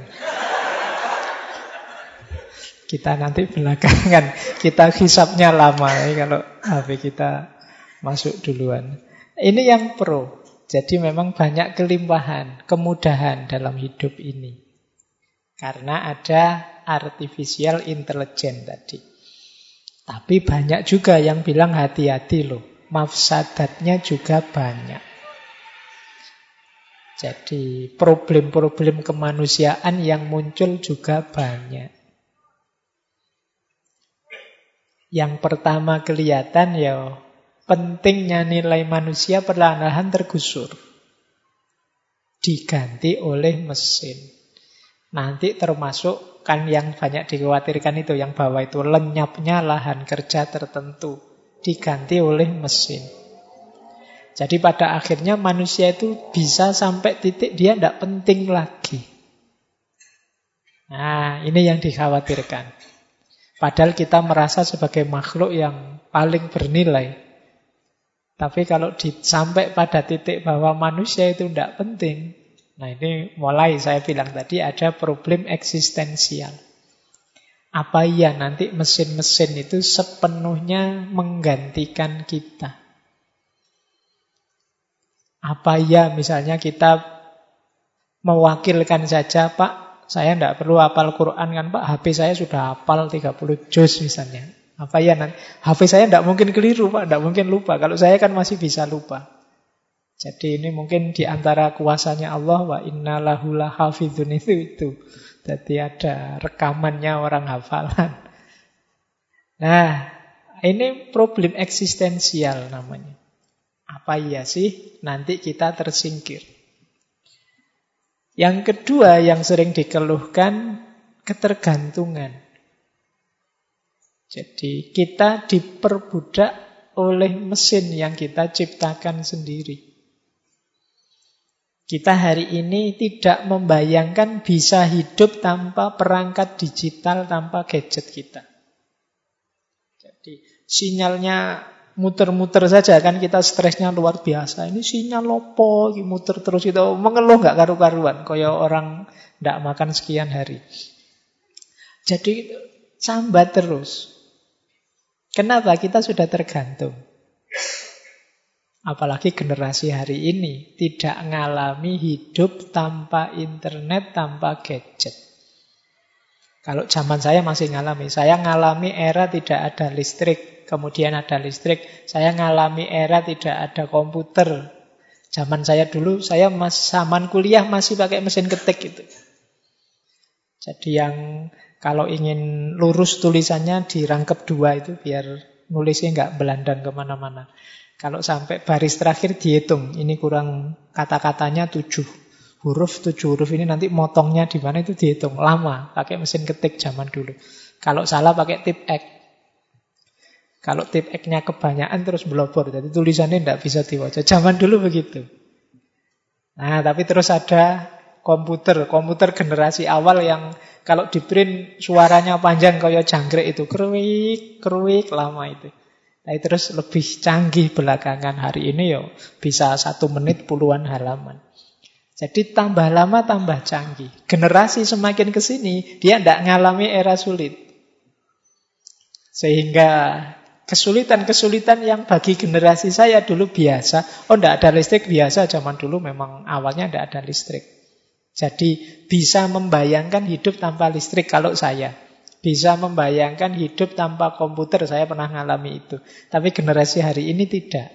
Kita nanti belakangan. Kita hisapnya lama ya, kalau H P kita masuk duluan. Ini yang pro. Jadi memang banyak kelimpahan, kemudahan dalam hidup ini. Karena ada artificial intelligence tadi. Tapi banyak juga yang bilang hati-hati loh. Mafsadatnya juga banyak. Jadi problem-problem kemanusiaan yang muncul juga banyak. Yang pertama kelihatan ya pentingnya nilai manusia perlahan-lahan tergusur. Diganti oleh mesin. Nanti termasuk kan yang banyak dikhawatirkan itu, yang bawah itu lenyapnya lahan kerja tertentu. Diganti oleh mesin. Jadi pada akhirnya manusia itu bisa sampai titik dia tidak penting lagi. Nah, ini yang dikhawatirkan. Padahal kita merasa sebagai makhluk yang paling bernilai. Tapi kalau di, sampai pada titik bahwa manusia itu tidak penting, nah ini mulai saya bilang tadi ada problem eksistensial. Apa iya nanti mesin-mesin itu sepenuhnya menggantikan kita? Apa iya misalnya kita mewakilkan saja, Pak, saya tidak perlu hafal Quran kan Pak, H P saya sudah hafal tiga puluh juz misalnya. Apa iya nanti? H P saya tidak mungkin keliru Pak, tidak mungkin lupa. Kalau saya kan masih bisa lupa. Jadi ini mungkin di antara kuasanya Allah, wa inna lahu lahafidhun itu itu. Jadi ada rekamannya orang hafalan. Nah, ini problem eksistensial namanya. Apa iya sih? Nanti kita tersingkir. Yang kedua yang sering dikeluhkan, ketergantungan. Jadi kita diperbudak oleh mesin yang kita ciptakan sendiri. Kita hari ini tidak membayangkan bisa hidup tanpa perangkat digital, tanpa gadget kita. Jadi sinyalnya muter-muter saja kan kita stresnya luar biasa. Ini sinyal lopo, muter terus itu mengeluh nggak karu-karuan, kayak orang nggak makan sekian hari. Jadi sambat terus. Kenapa? Kita sudah tergantung. Apalagi generasi hari ini tidak mengalami hidup tanpa internet, tanpa gadget. Kalau zaman saya masih ngalami. Saya ngalami era tidak ada listrik, kemudian ada listrik. Saya ngalami era tidak ada komputer. Zaman saya dulu, saya mas, zaman kuliah masih pakai mesin ketik gitu. Jadi yang kalau ingin lurus tulisannya dirangkep dua itu biar nulisnya nggak belandang kemana-mana. Kalau sampai baris terakhir dihitung, ini kurang kata-katanya tujuh huruf, tujuh huruf ini nanti motongnya di mana itu dihitung. Lama, pakai mesin ketik zaman dulu. Kalau salah pakai tip X. Kalau tip X-nya kebanyakan terus belobor, jadi tulisannya tidak bisa dibaca. Zaman dulu begitu. Nah, tapi terus ada komputer, komputer generasi awal yang kalau di print suaranya panjang kayak jangkrik itu, keruik, keruik lama itu. Nah, terus lebih canggih belakangan hari ini yo bisa satu menit puluhan halaman. Jadi tambah lama tambah canggih. Generasi semakin ke sini dia tidak ngalami era sulit. Sehingga kesulitan-kesulitan yang bagi generasi saya dulu biasa. Oh, tidak ada listrik biasa, zaman dulu memang awalnya tidak ada listrik. Jadi bisa membayangkan hidup tanpa listrik kalau saya. Bisa membayangkan hidup tanpa komputer, saya pernah mengalami itu. Tapi generasi hari ini tidak.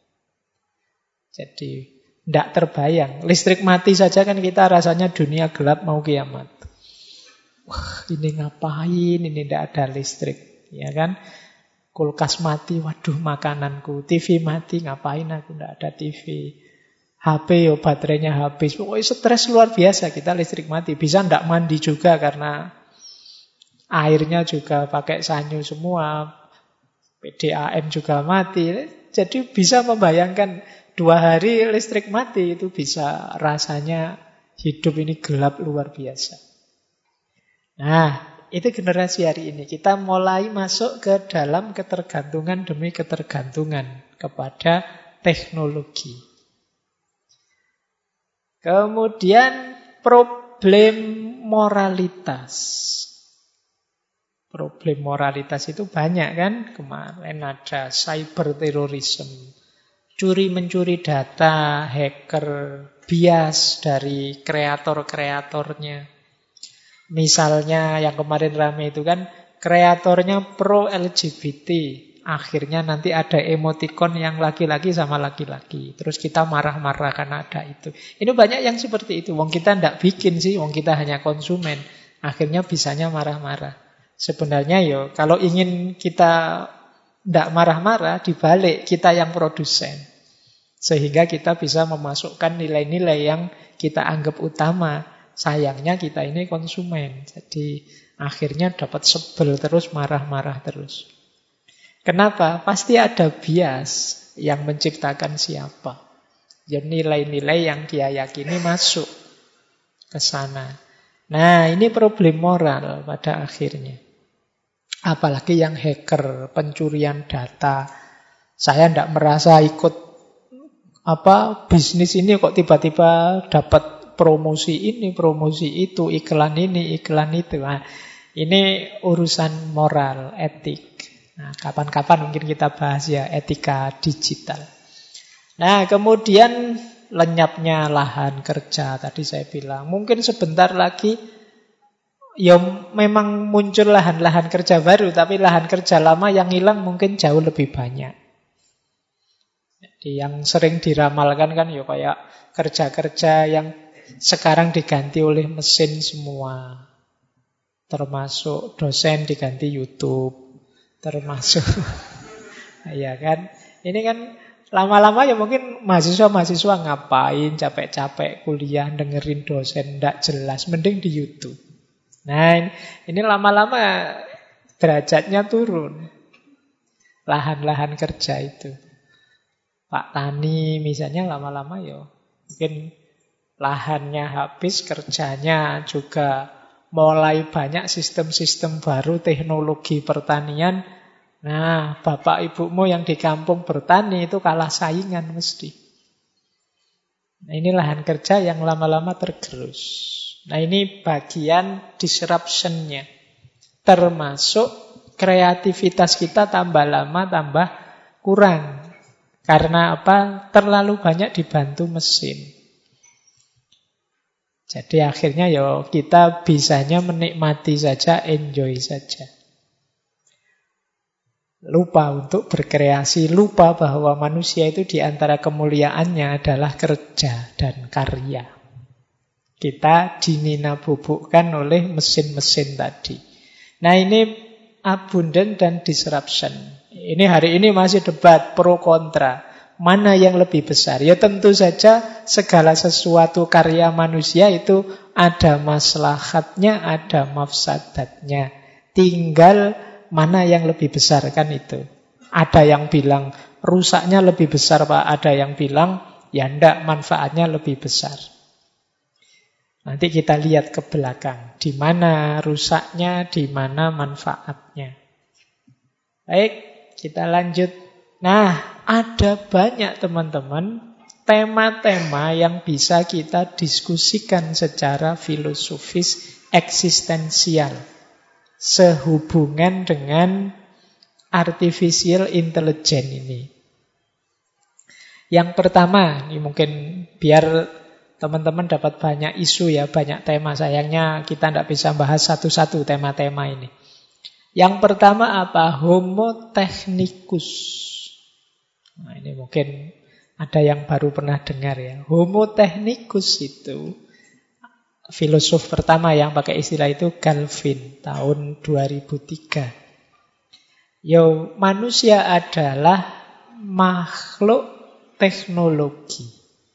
Jadi tidak terbayang. Listrik mati saja kan kita rasanya dunia gelap mau kiamat. Wah, ini ngapain, ini tidak ada listrik. Ya kan? Kulkas mati, waduh makananku. T V mati, ngapain aku tidak ada T V. H P yo baterainya habis. Pokoknya stres luar biasa kita listrik mati. Bisa tidak mandi juga karena airnya juga pakai sanyu semua. P D A M juga mati. Jadi bisa membayangkan dua hari listrik mati itu bisa rasanya hidup ini gelap luar biasa. Nah, itu generasi hari ini. Kita mulai masuk ke dalam ketergantungan demi ketergantungan kepada teknologi. Kemudian problem moralitas. Problem moralitas itu banyak kan. Kemarin ada cyber terrorism, curi-mencuri data, hacker, bias dari kreator-kreatornya. Misalnya yang kemarin rame itu kan kreatornya pro L G B T. Akhirnya nanti ada emoticon yang laki-laki sama laki-laki. Terus kita marah-marah karena ada itu. Ini banyak yang seperti itu. Wong kita tidak bikin sih, wong kita hanya konsumen. Akhirnya bisanya marah-marah. Sebenarnya yo, kalau ingin kita tidak marah-marah, dibalik kita yang produsen. Sehingga kita bisa memasukkan nilai-nilai yang kita anggap utama. Sayangnya kita ini konsumen. Jadi akhirnya dapat sebel terus, marah-marah terus. Kenapa? Pasti ada bias yang menciptakan siapa. Ya nilai-nilai yang dia yakini masuk ke sana. Nah, ini problem moral pada akhirnya. Apalagi yang hacker, pencurian data. Saya tidak merasa ikut apa bisnis ini kok tiba-tiba dapat promosi ini, promosi itu, iklan ini, iklan itu. Nah, ini urusan moral, etik. Nah, kapan-kapan mungkin kita bahas ya etika digital. Nah, kemudian lenyapnya lahan kerja. Tadi saya bilang, mungkin sebentar lagi ya memang muncul lahan-lahan kerja baru, tapi lahan kerja lama yang hilang mungkin jauh lebih banyak. Jadi yang sering diramalkan kan ya kayak kerja-kerja yang sekarang diganti oleh mesin semua. Termasuk dosen diganti YouTube. Termasuk, ya kan? Ini kan Lama-lama ya mungkin mahasiswa-mahasiswa ngapain capek-capek kuliah dengerin dosen ndak jelas, mending di YouTube. Nah, ini lama-lama derajatnya turun. Lahan-lahan kerja itu. Pak Tani misalnya lama-lama ya mungkin lahannya habis, kerjanya juga mulai banyak sistem-sistem baru, teknologi pertanian. Nah, bapak ibumu yang di kampung bertani itu kalah saingan mesti. Nah, ini lahan kerja yang lama-lama tergerus. Nah, ini bagian disruption-nya. Termasuk kreativitas kita tambah lama tambah kurang. Karena apa? Terlalu banyak dibantu mesin. Jadi akhirnya ya kita bisanya menikmati saja, enjoy saja. Lupa untuk berkreasi, lupa bahwa manusia itu di antara kemuliaannya adalah kerja dan karya. Kita dinina-bubukkan oleh mesin-mesin tadi. Nah, ini abundant dan disruption. Ini hari ini masih debat pro kontra. Mana yang lebih besar? Ya tentu saja segala sesuatu karya manusia itu ada maslahatnya, ada mafsadatnya. Tinggal mana yang lebih besar kan itu. Ada yang bilang rusaknya lebih besar Pak, ada yang bilang ya enggak, manfaatnya lebih besar. Nanti kita lihat ke belakang, di mana rusaknya, di mana manfaatnya. Baik, kita lanjut. Nah, ada banyak teman-teman tema-tema yang bisa kita diskusikan secara filosofis eksistensial. Sehubungan dengan artificial intelligence ini. Yang pertama, ini mungkin biar teman-teman dapat banyak isu ya, banyak tema. Sayangnya kita tidak bisa bahas satu-satu tema-tema ini. Yang pertama apa? Homo technicus. Nah, ini mungkin ada yang baru pernah dengar ya. Homo technicus itu filosof pertama yang pakai istilah itu Calvin tahun dua ribu tiga. Yo, manusia adalah makhluk teknologi.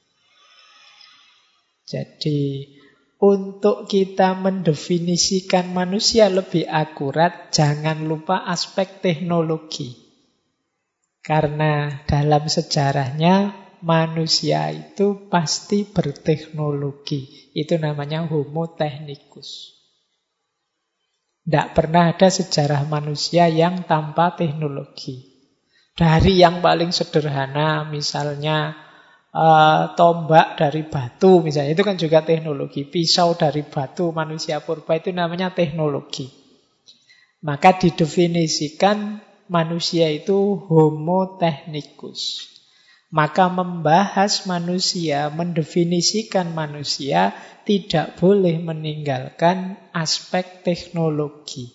Jadi untuk kita mendefinisikan manusia lebih akurat, jangan lupa aspek teknologi. Karena dalam sejarahnya manusia itu pasti berteknologi. Itu namanya Homo technicus. Tidak pernah ada sejarah manusia yang tanpa teknologi. Dari yang paling sederhana, misalnya uh, tombak dari batu, misalnya itu kan juga teknologi. Pisau dari batu, manusia purba itu namanya teknologi. Maka didefinisikan manusia itu Homo technicus. Maka membahas manusia, mendefinisikan manusia, tidak boleh meninggalkan aspek teknologi.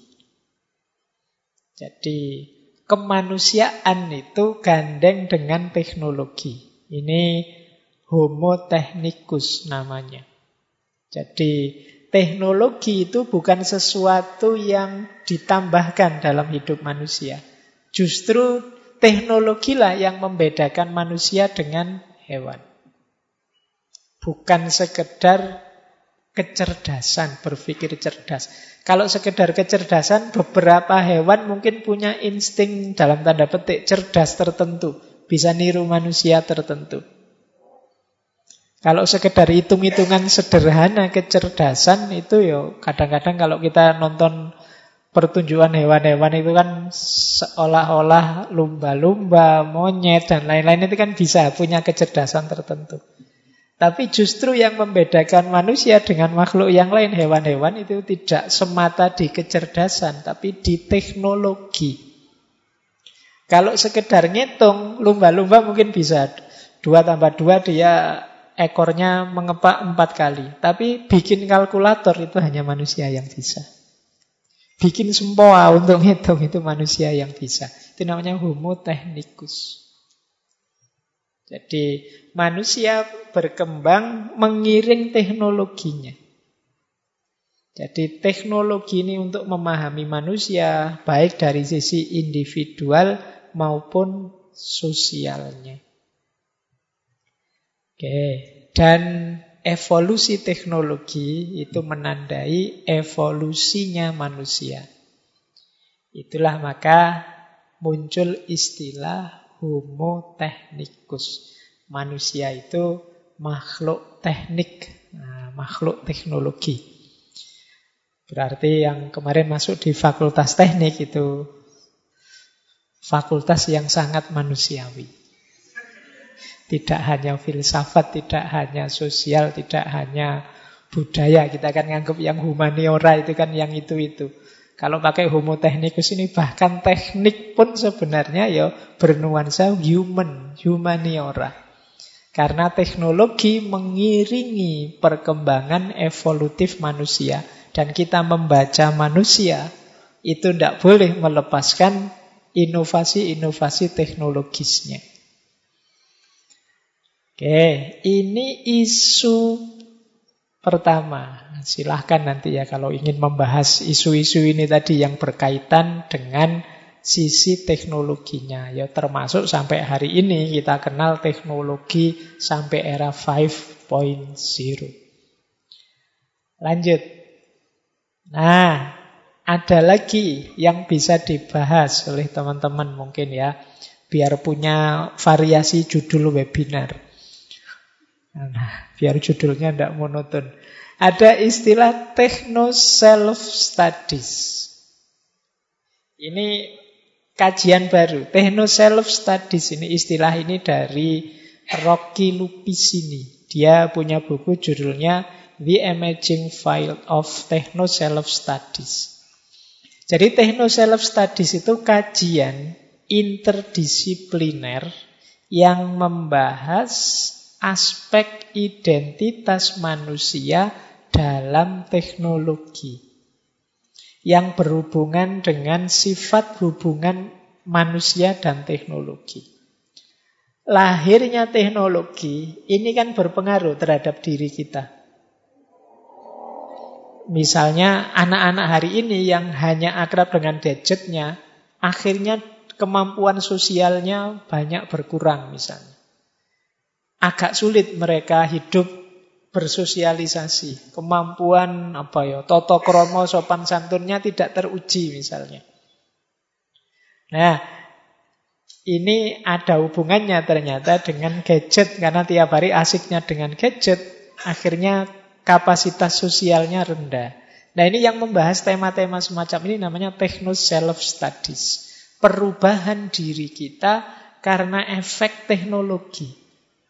Jadi kemanusiaan itu gandeng dengan teknologi. Ini Homo technicus namanya. Jadi teknologi itu bukan sesuatu yang ditambahkan dalam hidup manusia. Justru teknologilah yang membedakan manusia dengan hewan. Bukan sekedar kecerdasan, berpikir cerdas. Kalau sekedar kecerdasan, beberapa hewan mungkin punya insting dalam tanda petik cerdas tertentu. Bisa niru manusia tertentu. Kalau sekedar hitung-hitungan sederhana kecerdasan itu ya kadang-kadang kalau kita nonton pertunjukan hewan-hewan itu kan seolah-olah lumba-lumba, monyet, dan lain-lain itu kan bisa punya kecerdasan tertentu. Tapi justru yang membedakan manusia dengan makhluk yang lain, hewan-hewan itu tidak semata di kecerdasan, tapi di teknologi. Kalau sekedar ngitung, lumba-lumba mungkin bisa. Dua tambah dua dia ekornya mengepak empat kali. Tapi bikin kalkulator itu hanya manusia yang bisa. Bikin sempoa untuk ngitung itu manusia yang bisa. Itu namanya Homo technicus. Jadi manusia berkembang mengiring teknologinya. Jadi teknologi ini untuk memahami manusia, baik dari sisi individual maupun sosialnya. Oke, dan evolusi teknologi itu menandai evolusinya manusia. Itulah maka muncul istilah Homo technicus. Manusia itu makhluk teknik, nah, makhluk teknologi. Berarti yang kemarin masuk di fakultas teknik itu fakultas yang sangat manusiawi. Tidak hanya filsafat, tidak hanya sosial, tidak hanya budaya. Kita kan nganggap yang humaniora itu kan yang itu-itu. Kalau pakai Homo technicus ini bahkan teknik pun sebenarnya ya bernuansa human, humaniora. Karena teknologi mengiringi perkembangan evolutif manusia. Dan kita membaca manusia itu tidak boleh melepaskan inovasi-inovasi teknologisnya. Oke, ini isu pertama. Silahkan nanti ya kalau ingin membahas isu-isu ini tadi yang berkaitan dengan sisi teknologinya. Ya termasuk sampai hari ini kita kenal teknologi sampai era lima titik nol. Lanjut. Nah, ada lagi yang bisa dibahas oleh teman-teman mungkin ya. Biar punya variasi judul webinar. Nah, biar judulnya tidak monoton. Ada istilah techno self-studies. Ini kajian baru. Techno self-studies ini istilah ini dari Rocky Lupicini. Dia punya buku judulnya The Emerging Field of Techno Self-Studies. Jadi techno self-studies itu kajian interdisipliner yang membahas aspek identitas manusia dalam teknologi yang berhubungan dengan sifat hubungan manusia dan teknologi. Lahirnya teknologi ini kan berpengaruh terhadap diri kita. Misalnya anak-anak hari ini yang hanya akrab dengan gadgetnya, akhirnya kemampuan sosialnya banyak berkurang misalnya. Agak sulit mereka hidup bersosialisasi. Kemampuan apa ya, tata krama sopan santunnya tidak teruji misalnya. Nah, ini ada hubungannya ternyata dengan gadget. Karena tiap hari asiknya dengan gadget, akhirnya kapasitas sosialnya rendah. Nah, ini yang membahas tema-tema semacam ini namanya techno self-studies. Perubahan diri kita karena efek teknologi.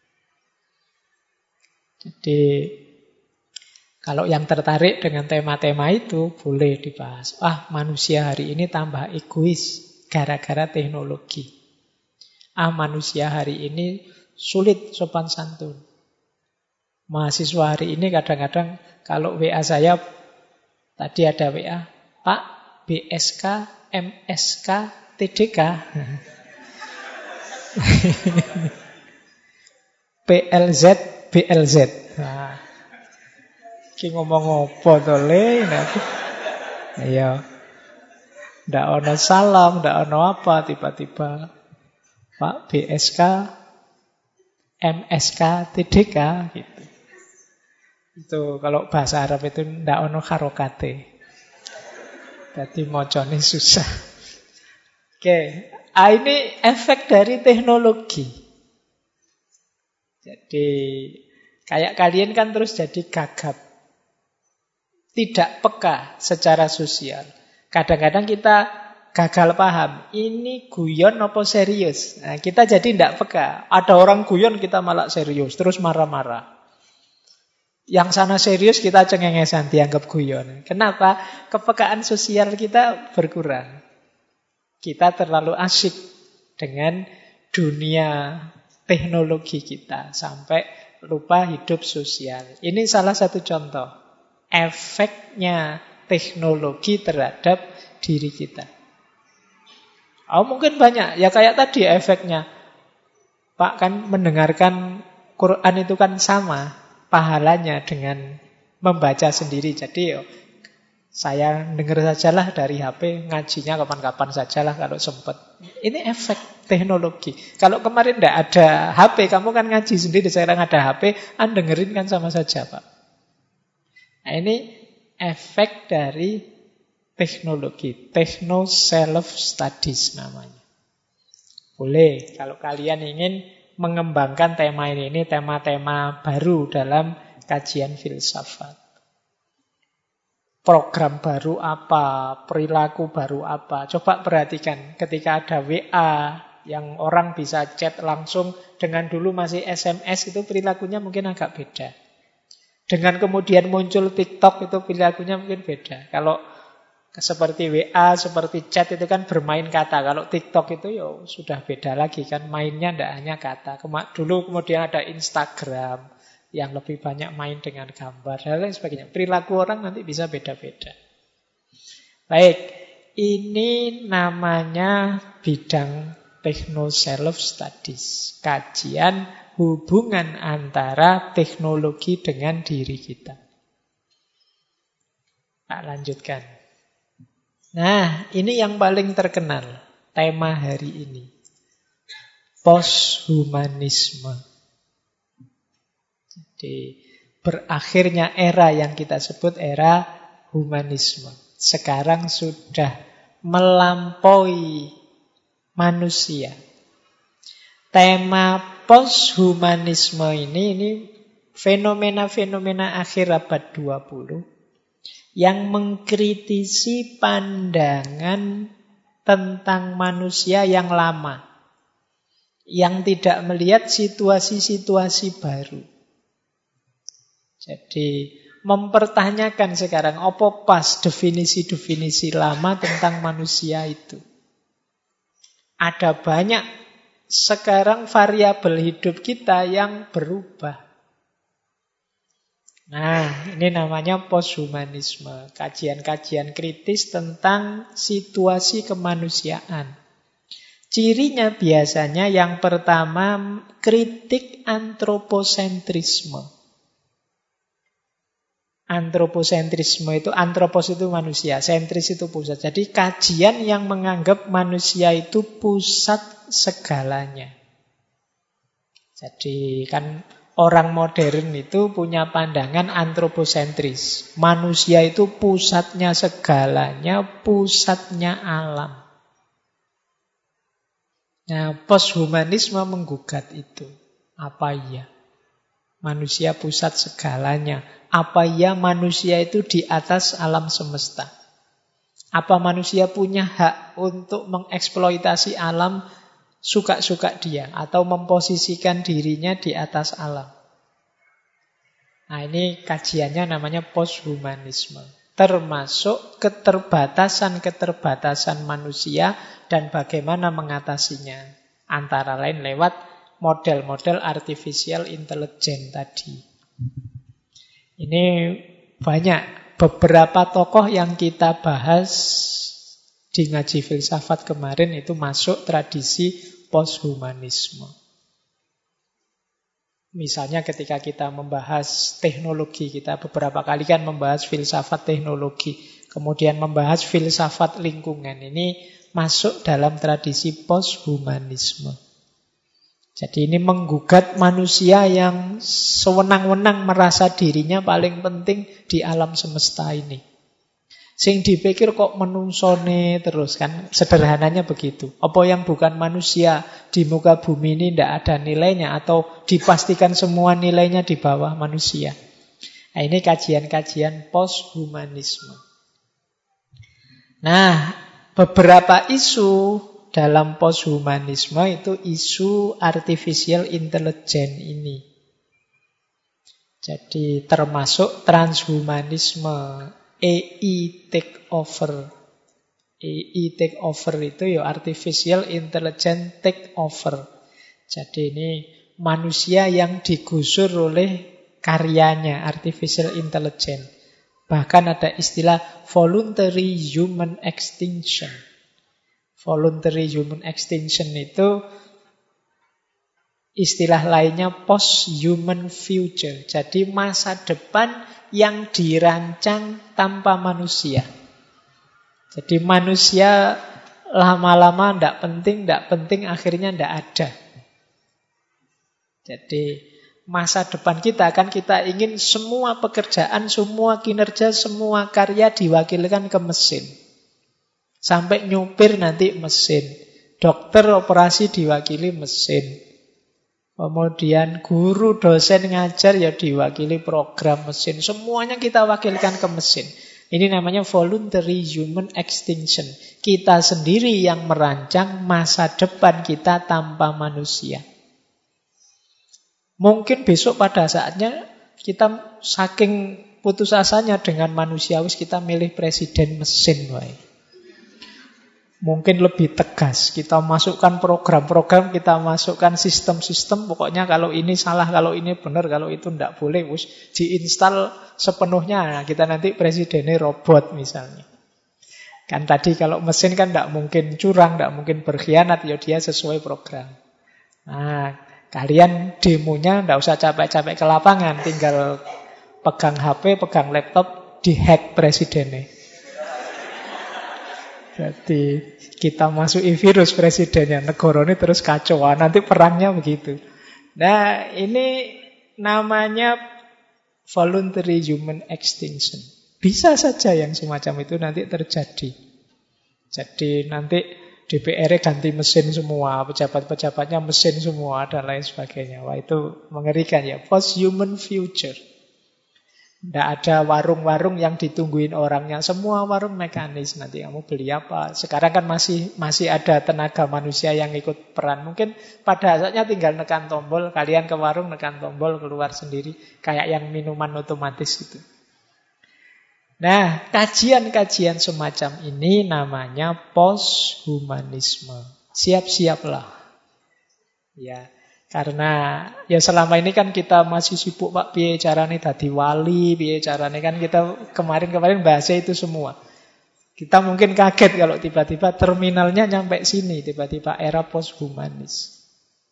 Jadi kalau yang tertarik dengan tema-tema itu boleh dibahas. Ah, manusia hari ini tambah egois gara-gara teknologi. Ah, manusia hari ini sulit sopan santun. Mahasiswa hari ini kadang-kadang kalau W A saya, tadi ada W A, Pak, B S K, M S K, T D K. P L Z, B L Z. Nah, ki ngomong apa to le? Iya. Ndak ono salam, ndak ono apa tiba-tiba Pak B S K, M S K, T D K gitu. Itu kalau bahasa Arab itu ndak ono harokate. Jadi mocone susah. Oke, ah, ini efek dari teknologi. Jadi kayak kalian kan terus jadi gagap. Tidak peka secara sosial. Kadang-kadang kita gagal paham. Ini guyon apa serius? Nah, kita jadi tidak peka. Ada orang guyon kita malah serius. Terus marah-marah. Yang sana serius kita cengengesan dianggap guyon. Kenapa? Kepekaan sosial kita berkurang. Kita terlalu asyik dengan dunia teknologi kita. Sampai lupa hidup sosial. Ini salah satu contoh efeknya teknologi terhadap diri kita. Oh, mungkin banyak. Ya kayak tadi efeknya. Pak kan mendengarkan Quran itu kan sama pahalanya dengan membaca sendiri. Jadi yo, saya dengar sajalah dari H P, ngajinya kapan-kapan sajalah kalau sempat. Ini efek teknologi. Kalau kemarin tidak ada H P, kamu kan ngaji sendiri, sekarang ada H P, Anda dengerin kan sama saja, Pak. Nah, ini efek dari teknologi. Techno self-studies namanya. Boleh, kalau kalian ingin mengembangkan tema ini, ini tema-tema baru dalam kajian filsafat. Program baru apa, perilaku baru apa. Coba perhatikan ketika ada W A yang orang bisa chat langsung, dengan dulu masih S M S, itu perilakunya mungkin agak beda. Dengan kemudian muncul TikTok, itu perilakunya mungkin beda. Kalau seperti W A, seperti chat itu kan bermain kata. Kalau TikTok itu ya sudah beda lagi kan, mainnya tidak hanya kata. Dulu kemudian ada Instagram yang lebih banyak main dengan gambar dan lain sebagainya. Perilaku orang nanti bisa beda-beda. Baik, ini namanya bidang techno self studies, kajian hubungan antara teknologi dengan diri kita. Tak lanjutkan. Nah, ini yang paling terkenal tema hari ini. Posthumanisme. Jadi berakhirnya era yang kita sebut era humanisme. Sekarang sudah melampaui manusia. Tema posthumanisme ini, ini fenomena-fenomena akhir abad dua puluh yang mengkritisi pandangan tentang manusia yang lama, yang tidak melihat situasi-situasi baru. Jadi mempertanyakan sekarang apa pas definisi-definisi lama tentang manusia itu. Ada banyak sekarang variabel hidup kita yang berubah. Nah, ini namanya posthumanisme, kajian-kajian kritis tentang situasi kemanusiaan. Cirinya biasanya yang pertama kritik antroposentrisme. Antroposentrisme itu, antropos itu manusia, sentris itu pusat. Jadi kajian yang menganggap manusia itu pusat segalanya. Jadi kan orang modern itu punya pandangan antroposentris. Manusia itu pusatnya segalanya, pusatnya alam. Nah, posthumanisme menggugat itu. Apa iya? Manusia pusat segalanya. Apa ya manusia itu di atas alam semesta? Apa manusia punya hak untuk mengeksploitasi alam suka-suka dia atau memposisikan dirinya di atas alam? Nah, ini kajiannya namanya posthumanisme. Termasuk keterbatasan-keterbatasan manusia dan bagaimana mengatasinya. Antara lain lewat model-model artificial intelligence tadi. Ini banyak beberapa tokoh yang kita bahas di ngaji filsafat kemarin itu masuk tradisi posthumanisme. Misalnya ketika kita membahas teknologi, kita beberapa kali kan membahas filsafat teknologi, kemudian membahas filsafat lingkungan. Ini masuk dalam tradisi posthumanisme. Jadi ini menggugat manusia yang sewenang-wenang merasa dirinya paling penting di alam semesta ini. Sing dipikir kok menungsone terus kan, sederhananya begitu. Apa yang bukan manusia di muka bumi ini tidak ada nilainya atau dipastikan semua nilainya di bawah manusia. Nah, ini kajian-kajian posthumanisme. Nah, beberapa isu dalam posthumanisme itu isu artificial intelligence ini. Jadi termasuk transhumanisme, A I take over. A I take over itu ya artificial intelligence take over. Jadi ini manusia yang digusur oleh karyanya, artificial intelligence. Bahkan ada istilah voluntary human extinction. Voluntary human extinction itu istilah lainnya post-human future. Jadi masa depan yang dirancang tanpa manusia. Jadi manusia lama-lama tidak penting, tidak penting, akhirnya tidak ada. Jadi masa depan kita kan kita ingin semua pekerjaan, semua kinerja, semua karya diwakilkan ke mesin. Sampai nyupir nanti mesin. Dokter operasi diwakili mesin. Kemudian guru, dosen ngajar ya diwakili program mesin. Semuanya kita wakilkan ke mesin. Ini namanya voluntary human extinction. Kita sendiri yang merancang masa depan kita tanpa manusia. Mungkin besok pada saatnya kita saking putus asanya dengan manusia, wis kita milih presiden mesin wae. Mungkin lebih tegas, kita masukkan program-program, kita masukkan sistem-sistem, pokoknya kalau ini salah, kalau ini benar, kalau itu tidak boleh, wis diinstal sepenuhnya. Nah, kita nanti presidennya robot misalnya. Kan tadi kalau mesin kan tidak mungkin curang, tidak mungkin berkhianat, ya dia sesuai program. Nah, kalian demonya tidak usah capek-capek ke lapangan, tinggal pegang H P, pegang laptop, dihack presidennya. Jadi kita masuki virus presidennya, negara ini terus kacau. Nanti perangnya begitu. Nah, ini namanya voluntary human extinction. Bisa saja yang semacam itu nanti terjadi. Jadi nanti D P R-nya ganti mesin semua, pejabat-pejabatnya mesin semua, dan lain sebagainya. Wah, itu mengerikan ya. Post-human future. Tidak ada warung-warung yang ditungguin orangnya. Semua warung mekanis. Nanti kamu beli apa. Sekarang kan masih masih ada tenaga manusia yang ikut peran. Mungkin pada saatnya tinggal nekan tombol. Kalian ke warung nekan tombol, keluar sendiri. Kayak yang minuman otomatis itu. Nah, kajian-kajian semacam ini namanya post-humanisme. Siap-siaplah. Ya. Karena ya selama ini kan kita masih sibuk Pak, piye carane dadi wali, piye carane, kan kita kemarin-kemarin bahasa itu semua. Kita mungkin kaget kalau tiba-tiba terminalnya nyampe sini, tiba-tiba era posthumanis.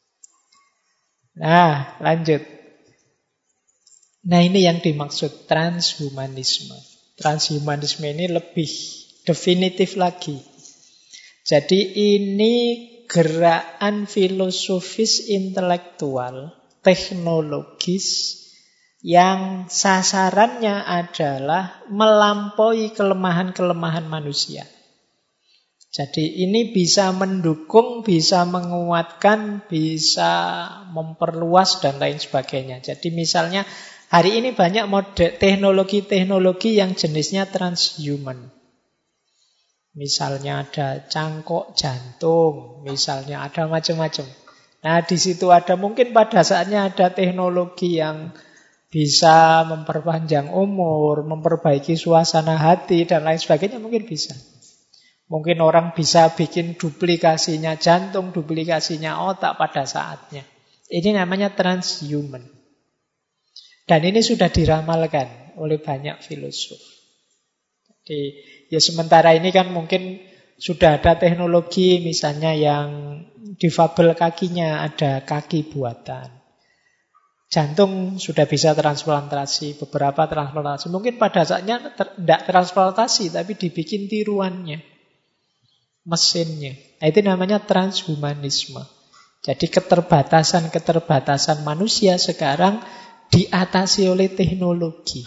Nah, lanjut. Nah, ini yang dimaksud transhumanisme. Transhumanisme ini lebih definitif lagi. Jadi ini gerakan filosofis intelektual, teknologis, yang sasarannya adalah melampaui kelemahan-kelemahan manusia. Jadi ini bisa mendukung, bisa menguatkan, bisa memperluas, dan lain sebagainya. Jadi misalnya hari ini banyak model teknologi-teknologi yang jenisnya transhuman. Misalnya ada cangkok jantung, misalnya ada macam-macam. Nah, di situ ada mungkin pada saatnya ada teknologi yang bisa memperpanjang umur, memperbaiki suasana hati, dan lain sebagainya, mungkin bisa. Mungkin orang bisa bikin duplikasinya jantung, duplikasinya otak pada saatnya. Ini namanya transhuman. Dan ini sudah diramalkan oleh banyak filosof. Jadi ya sementara ini kan mungkin sudah ada teknologi misalnya yang difabel kakinya ada kaki buatan. Jantung sudah bisa transplantasi, beberapa transplantasi. Mungkin pada saatnya tidak transplantasi tapi dibikin tiruannya, mesinnya. Nah, itu namanya transhumanisme. Jadi keterbatasan-keterbatasan manusia sekarang diatasi oleh teknologi.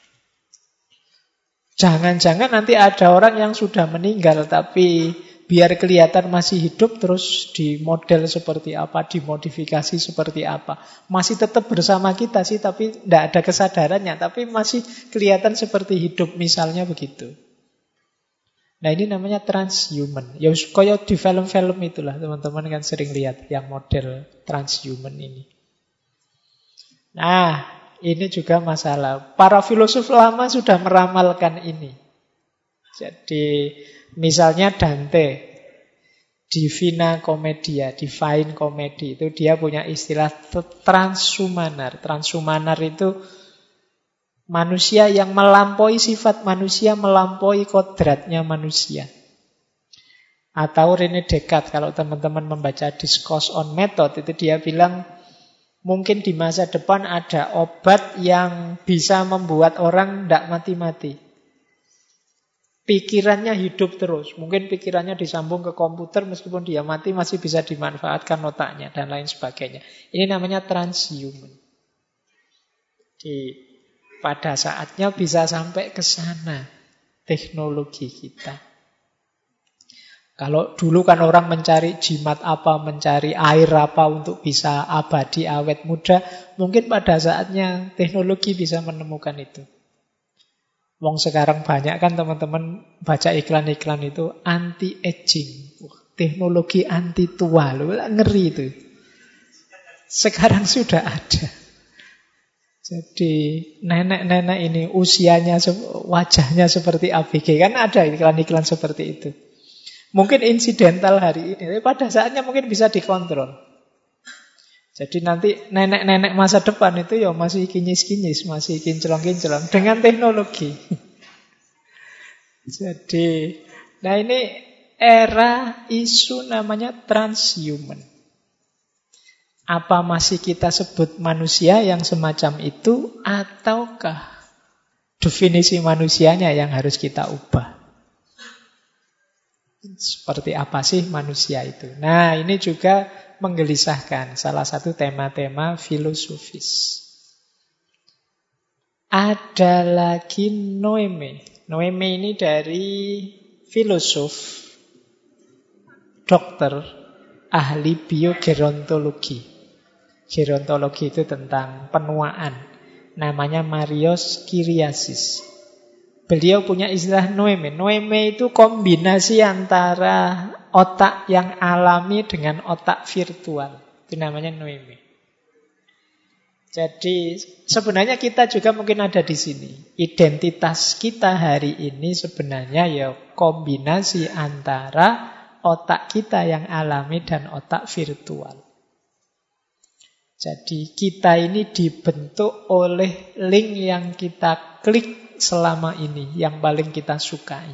Jangan-jangan nanti ada orang yang sudah meninggal tapi biar kelihatan masih hidup terus dimodel seperti apa, dimodifikasi seperti apa. Masih tetap bersama kita sih tapi tidak ada kesadarannya, tapi masih kelihatan seperti hidup, misalnya begitu. Nah, ini namanya transhuman. Ya kayak di film-film itulah, teman-teman kan sering lihat yang model transhuman ini. Nah, ini juga masalah. Para filosof lama sudah meramalkan ini. Jadi misalnya Dante, Divina Commedia, Divine Comedy, itu dia punya istilah transhumanar. Transhumanar itu manusia yang melampaui sifat manusia, melampaui kodratnya manusia. Atau René Descartes, kalau teman-teman membaca Discourse on Method, itu dia bilang mungkin di masa depan ada obat yang bisa membuat orang tidak mati-mati. Pikirannya hidup terus. Mungkin pikirannya disambung ke komputer, meskipun dia mati masih bisa dimanfaatkan otaknya dan lain sebagainya. Ini namanya transhuman. Di pada saatnya bisa sampai ke sana teknologi kita. Kalau dulu kan orang mencari jimat apa, mencari air apa untuk bisa abadi, awet muda, mungkin pada saatnya teknologi bisa menemukan itu. Wong sekarang banyak kan teman-teman baca iklan-iklan itu anti-aging. Teknologi anti tua, loh, ngeri itu. Sekarang sudah ada. Jadi nenek-nenek ini usianya, wajahnya seperti A B G. Kan ada iklan-iklan seperti itu. Mungkin insidental hari ini, tapi pada saatnya mungkin bisa dikontrol. Jadi nanti nenek-nenek masa depan itu ya masih kinyis-kinyis, masih kinclong-kinclong dengan teknologi. Jadi, nah ini era isu namanya transhuman. Apa masih kita sebut manusia yang semacam itu, ataukah definisi manusianya yang harus kita ubah? Seperti apa sih manusia itu? Nah, ini juga menggelisahkan, salah satu tema-tema filosofis. Ada lagi Noeme. Noeme ini dari filosof, dokter, ahli biogerontologi. Gerontologi itu tentang penuaan. Namanya Marios Kyriasis. Beliau punya istilah Noeme. Noeme itu kombinasi antara otak yang alami dengan otak virtual. Itu namanya Noeme. Jadi sebenarnya kita juga mungkin ada di sini. Identitas kita hari ini sebenarnya ya kombinasi antara otak kita yang alami dan otak virtual. Jadi kita ini dibentuk oleh link yang kita klik selama ini, yang paling kita sukai.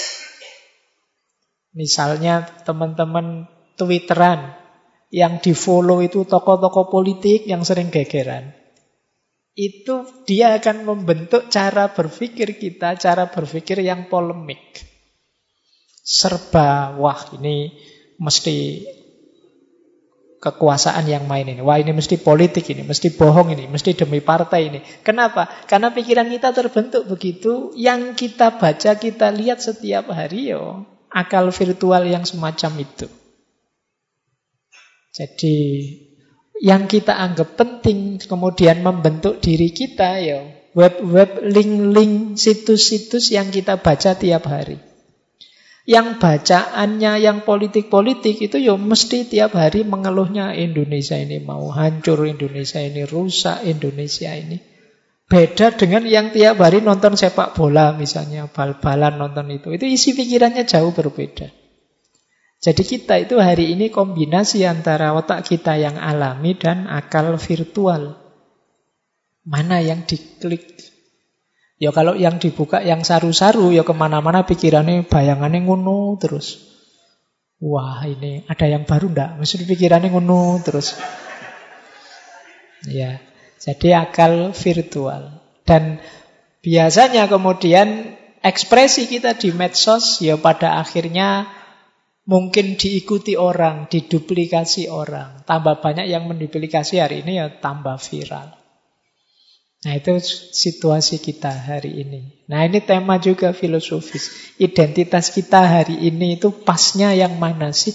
Misalnya teman-teman Twitteran yang di-follow itu tokoh-tokoh politik yang sering gegeran. Itu dia akan membentuk cara berpikir kita, cara berpikir yang polemik. Serba, wah ini mesti kekuasaan yang main ini. Wah ini mesti politik ini, mesti bohong ini, mesti demi partai ini. Kenapa? Karena pikiran kita terbentuk begitu, yang kita baca, kita lihat setiap hari yo, akal virtual yang semacam itu. Jadi yang kita anggap penting kemudian membentuk diri kita yo, web-web, link-link, situs-situs yang kita baca tiap hari. Yang bacaannya yang politik-politik itu ya mesti tiap hari mengeluhnya Indonesia ini mau hancur, Indonesia ini rusak, Indonesia ini. Beda dengan yang tiap hari nonton sepak bola misalnya, bal-balan nonton itu. Itu isi pikirannya jauh berbeda. Jadi kita itu hari ini kombinasi antara otak kita yang alami dan akal virtual. Mana yang diklik? Ya kalau yang dibuka yang saru-saru, ya kemana-mana pikirannya, bayangannya ngono terus. Wah ini ada yang baru enggak? Maksudnya pikirannya ngono terus. Ya, jadi akal virtual. Dan biasanya kemudian ekspresi kita di medsos, ya pada akhirnya mungkin diikuti orang, diduplikasi orang. Tambah banyak yang menduplikasi hari ini, ya tambah viral. Nah itu situasi kita hari ini. Nah ini tema juga filosofis. Identitas kita hari ini itu pasnya yang mana sih?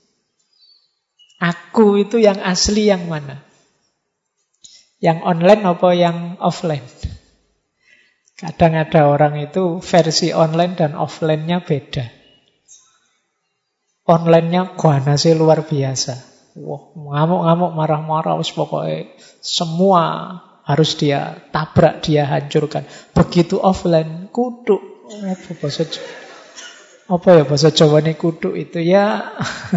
Aku itu yang asli yang mana? Yang online apa yang offline? Kadang ada orang itu versi online dan offline-nya beda. Online-nya guanase luar biasa. Wah, ngamuk-ngamuk, marah-marah, pokoknya semua harus dia tabrak, dia hancurkan. Begitu offline, kutuk. Apa bahasa Apa ya bahasa Jawa ini kutuk itu ya.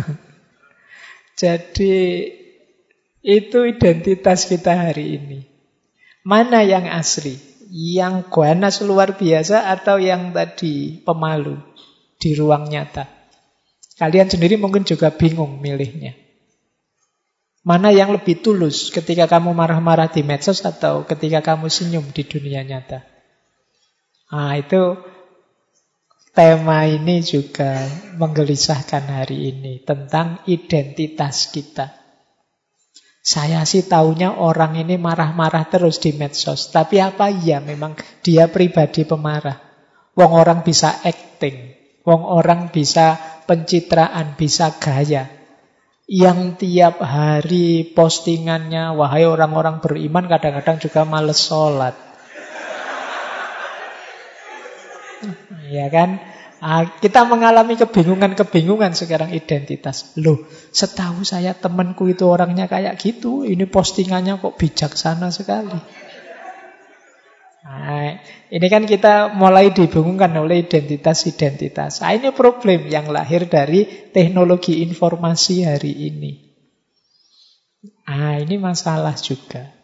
Jadi itu identitas kita hari ini. Mana yang asli? Yang ganas luar biasa atau yang tadi pemalu di ruang nyata? Kalian sendiri mungkin juga bingung milihnya. Mana yang lebih tulus ketika kamu marah-marah di medsos atau ketika kamu senyum di dunia nyata? Nah itu tema ini juga menggelisahkan hari ini tentang identitas kita. Saya sih taunya orang ini marah-marah terus di medsos. Tapi apa iya memang dia pribadi pemarah? Wong orang bisa acting, wong orang bisa pencitraan, bisa gaya. Yang tiap hari postingannya, wahai orang-orang beriman, kadang-kadang juga males sholat. Ya kan? Nah, kita mengalami kebingungan-kebingungan sekarang identitas. Loh, setahu saya temanku itu orangnya kayak gitu. Ini postingannya kok bijaksana sekali. Nah, ini kan kita mulai dibingungkan oleh identitas-identitas. Nah, ini problem yang lahir dari teknologi informasi hari ini. Nah, ini masalah juga.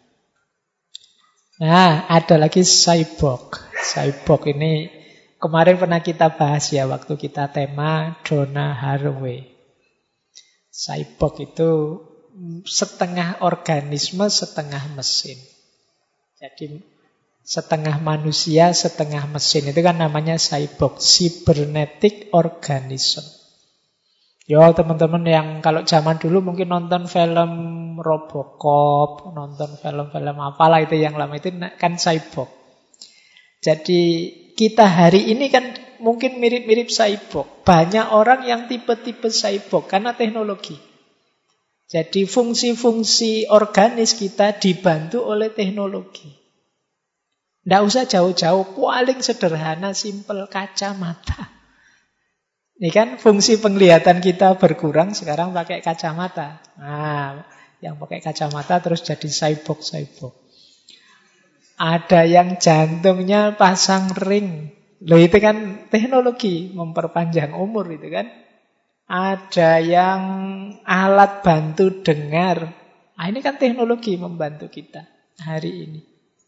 Nah, ada lagi cyborg. Cyborg ini kemarin pernah kita bahas ya waktu kita tema Donna Haraway. Cyborg itu setengah organisme, setengah mesin. Jadi setengah manusia, setengah mesin. Itu kan namanya cyborg, cybernetic organism. Yo teman-teman yang kalau zaman dulu mungkin nonton film Robocop, nonton film-film apalah itu yang lama itu kan cyborg. Jadi kita hari ini kan mungkin mirip-mirip cyborg. Banyak orang yang tipe-tipe cyborg karena teknologi. Jadi fungsi-fungsi organis kita dibantu oleh teknologi. Tidak usah jauh-jauh, paling sederhana, simpel, kacamata. Ini kan fungsi penglihatan kita berkurang, sekarang pakai kacamata. Nah, yang pakai kacamata terus jadi cyborg-cyborg. Ada yang jantungnya pasang ring. Loh itu kan teknologi memperpanjang umur itu kan. Ada yang alat bantu dengar. Nah, ini kan teknologi membantu kita hari ini.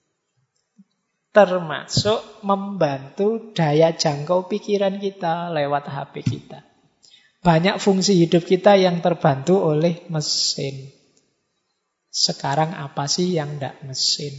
Termasuk membantu daya jangkau pikiran kita lewat H P kita. Banyak fungsi hidup kita yang terbantu oleh mesin. Sekarang apa sih yang tidak mesin?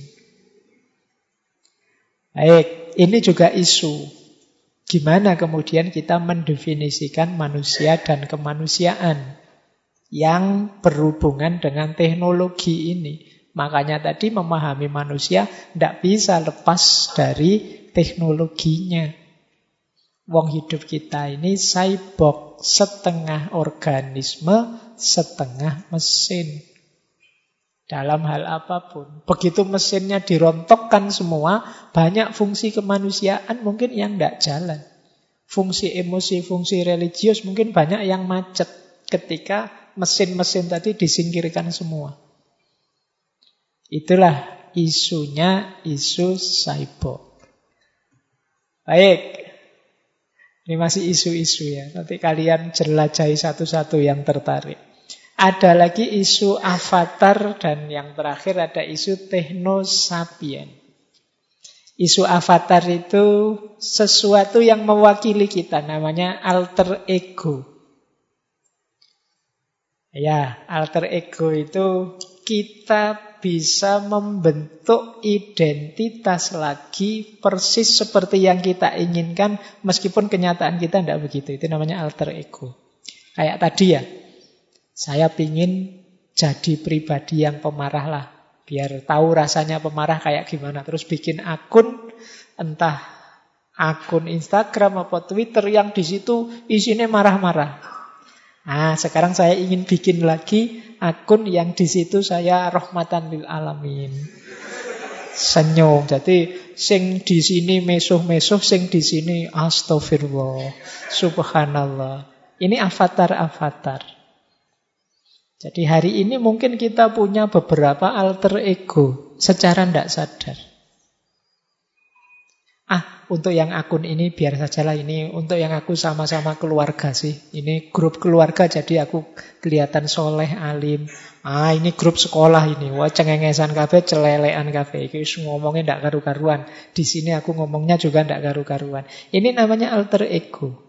Baik, ini juga isu. Gimana kemudian kita mendefinisikan manusia dan kemanusiaan yang berhubungan dengan teknologi ini. Makanya tadi memahami manusia tidak bisa lepas dari teknologinya. Wong hidup kita ini cyborg, setengah organisme, setengah mesin. Dalam hal apapun. Begitu mesinnya dirontokkan semua, banyak fungsi kemanusiaan mungkin yang tidak jalan. Fungsi emosi, fungsi religius mungkin banyak yang macet ketika mesin-mesin tadi disingkirkan semua. Itulah isunya, isu cyborg. Baik. Ini masih isu-isu ya. Nanti kalian jelajahi satu-satu yang tertarik. Ada lagi isu avatar dan yang terakhir ada isu technosapien. Isu avatar itu sesuatu yang mewakili kita, namanya alter ego. Ya, alter ego itu kita bisa membentuk identitas lagi persis seperti yang kita inginkan meskipun kenyataan kita tidak begitu. Itu namanya alter ego. Kayak tadi ya. Saya pingin jadi pribadi yang pemarah lah. Biar tahu rasanya pemarah kayak gimana. Terus bikin akun, entah akun Instagram atau Twitter yang di situ isinya marah-marah. Nah, sekarang saya ingin bikin lagi akun yang di situ saya rahmatan lil alamin. Senyum. Jadi sing di sini mesuh-mesuh, sing di sini astagfirullah, subhanallah. Ini avatar-avatar. Jadi hari ini mungkin kita punya beberapa alter ego secara tidak sadar. Ah, untuk yang akun ini biar sajalah ini untuk yang aku sama-sama keluarga sih. Ini grup keluarga jadi aku kelihatan soleh, alim. Ah, ini grup sekolah ini. Wah, cengengesan kafe, celelean kafe. Iki ngomongnya tidak karu-karuan. Di sini aku ngomongnya juga tidak karu-karuan. Ini namanya alter ego.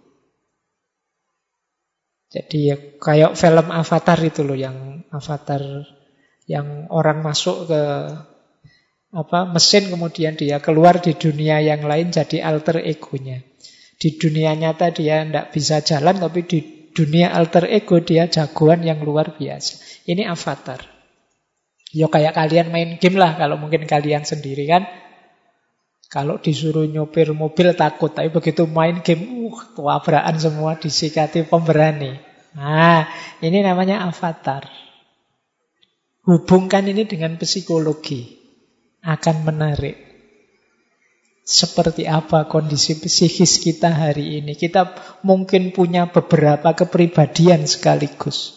Jadi ya, kayak film Avatar itu loh, yang Avatar yang orang masuk ke apa mesin kemudian dia keluar di dunia yang lain jadi alter egonya. Di dunia nyata dia tidak bisa jalan, tapi di dunia alter ego dia jagoan yang luar biasa. Ini avatar. Ya kayak kalian main game lah, kalau mungkin kalian sendiri kan. Kalau disuruh nyopir mobil takut, tapi begitu main game, uh, tabrakan semua disikati pemberani. Nah, ini namanya avatar. Hubungkan ini dengan psikologi. Akan menarik. Seperti apa kondisi psikis kita hari ini. Kita mungkin punya beberapa kepribadian sekaligus.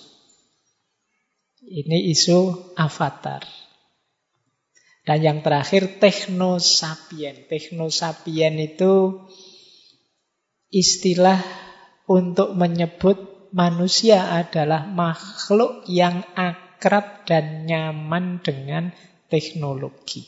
Ini isu avatar. Dan yang terakhir teknosapien. Teknosapien itu istilah untuk menyebut manusia adalah makhluk yang akrab dan nyaman dengan teknologi.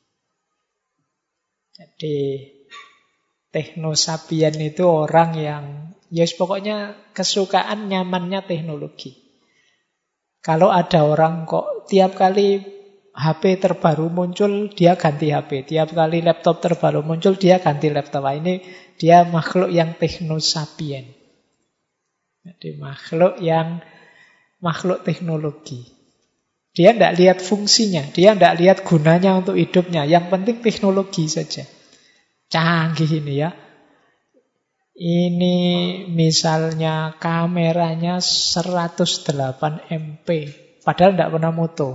Jadi teknosapien itu orang yang ya pokoknya kesukaan nyamannya teknologi. Kalau ada orang kok tiap kali H P terbaru muncul, dia ganti H P. Tiap kali laptop terbaru muncul, dia ganti laptop. Ini dia makhluk yang teknosapien. Jadi makhluk yang makhluk teknologi. Dia tidak lihat fungsinya, dia tidak lihat gunanya untuk hidupnya. Yang penting teknologi saja. Canggih ini ya. Ini misalnya kameranya seratus delapan megapiksel, padahal tidak pernah moto.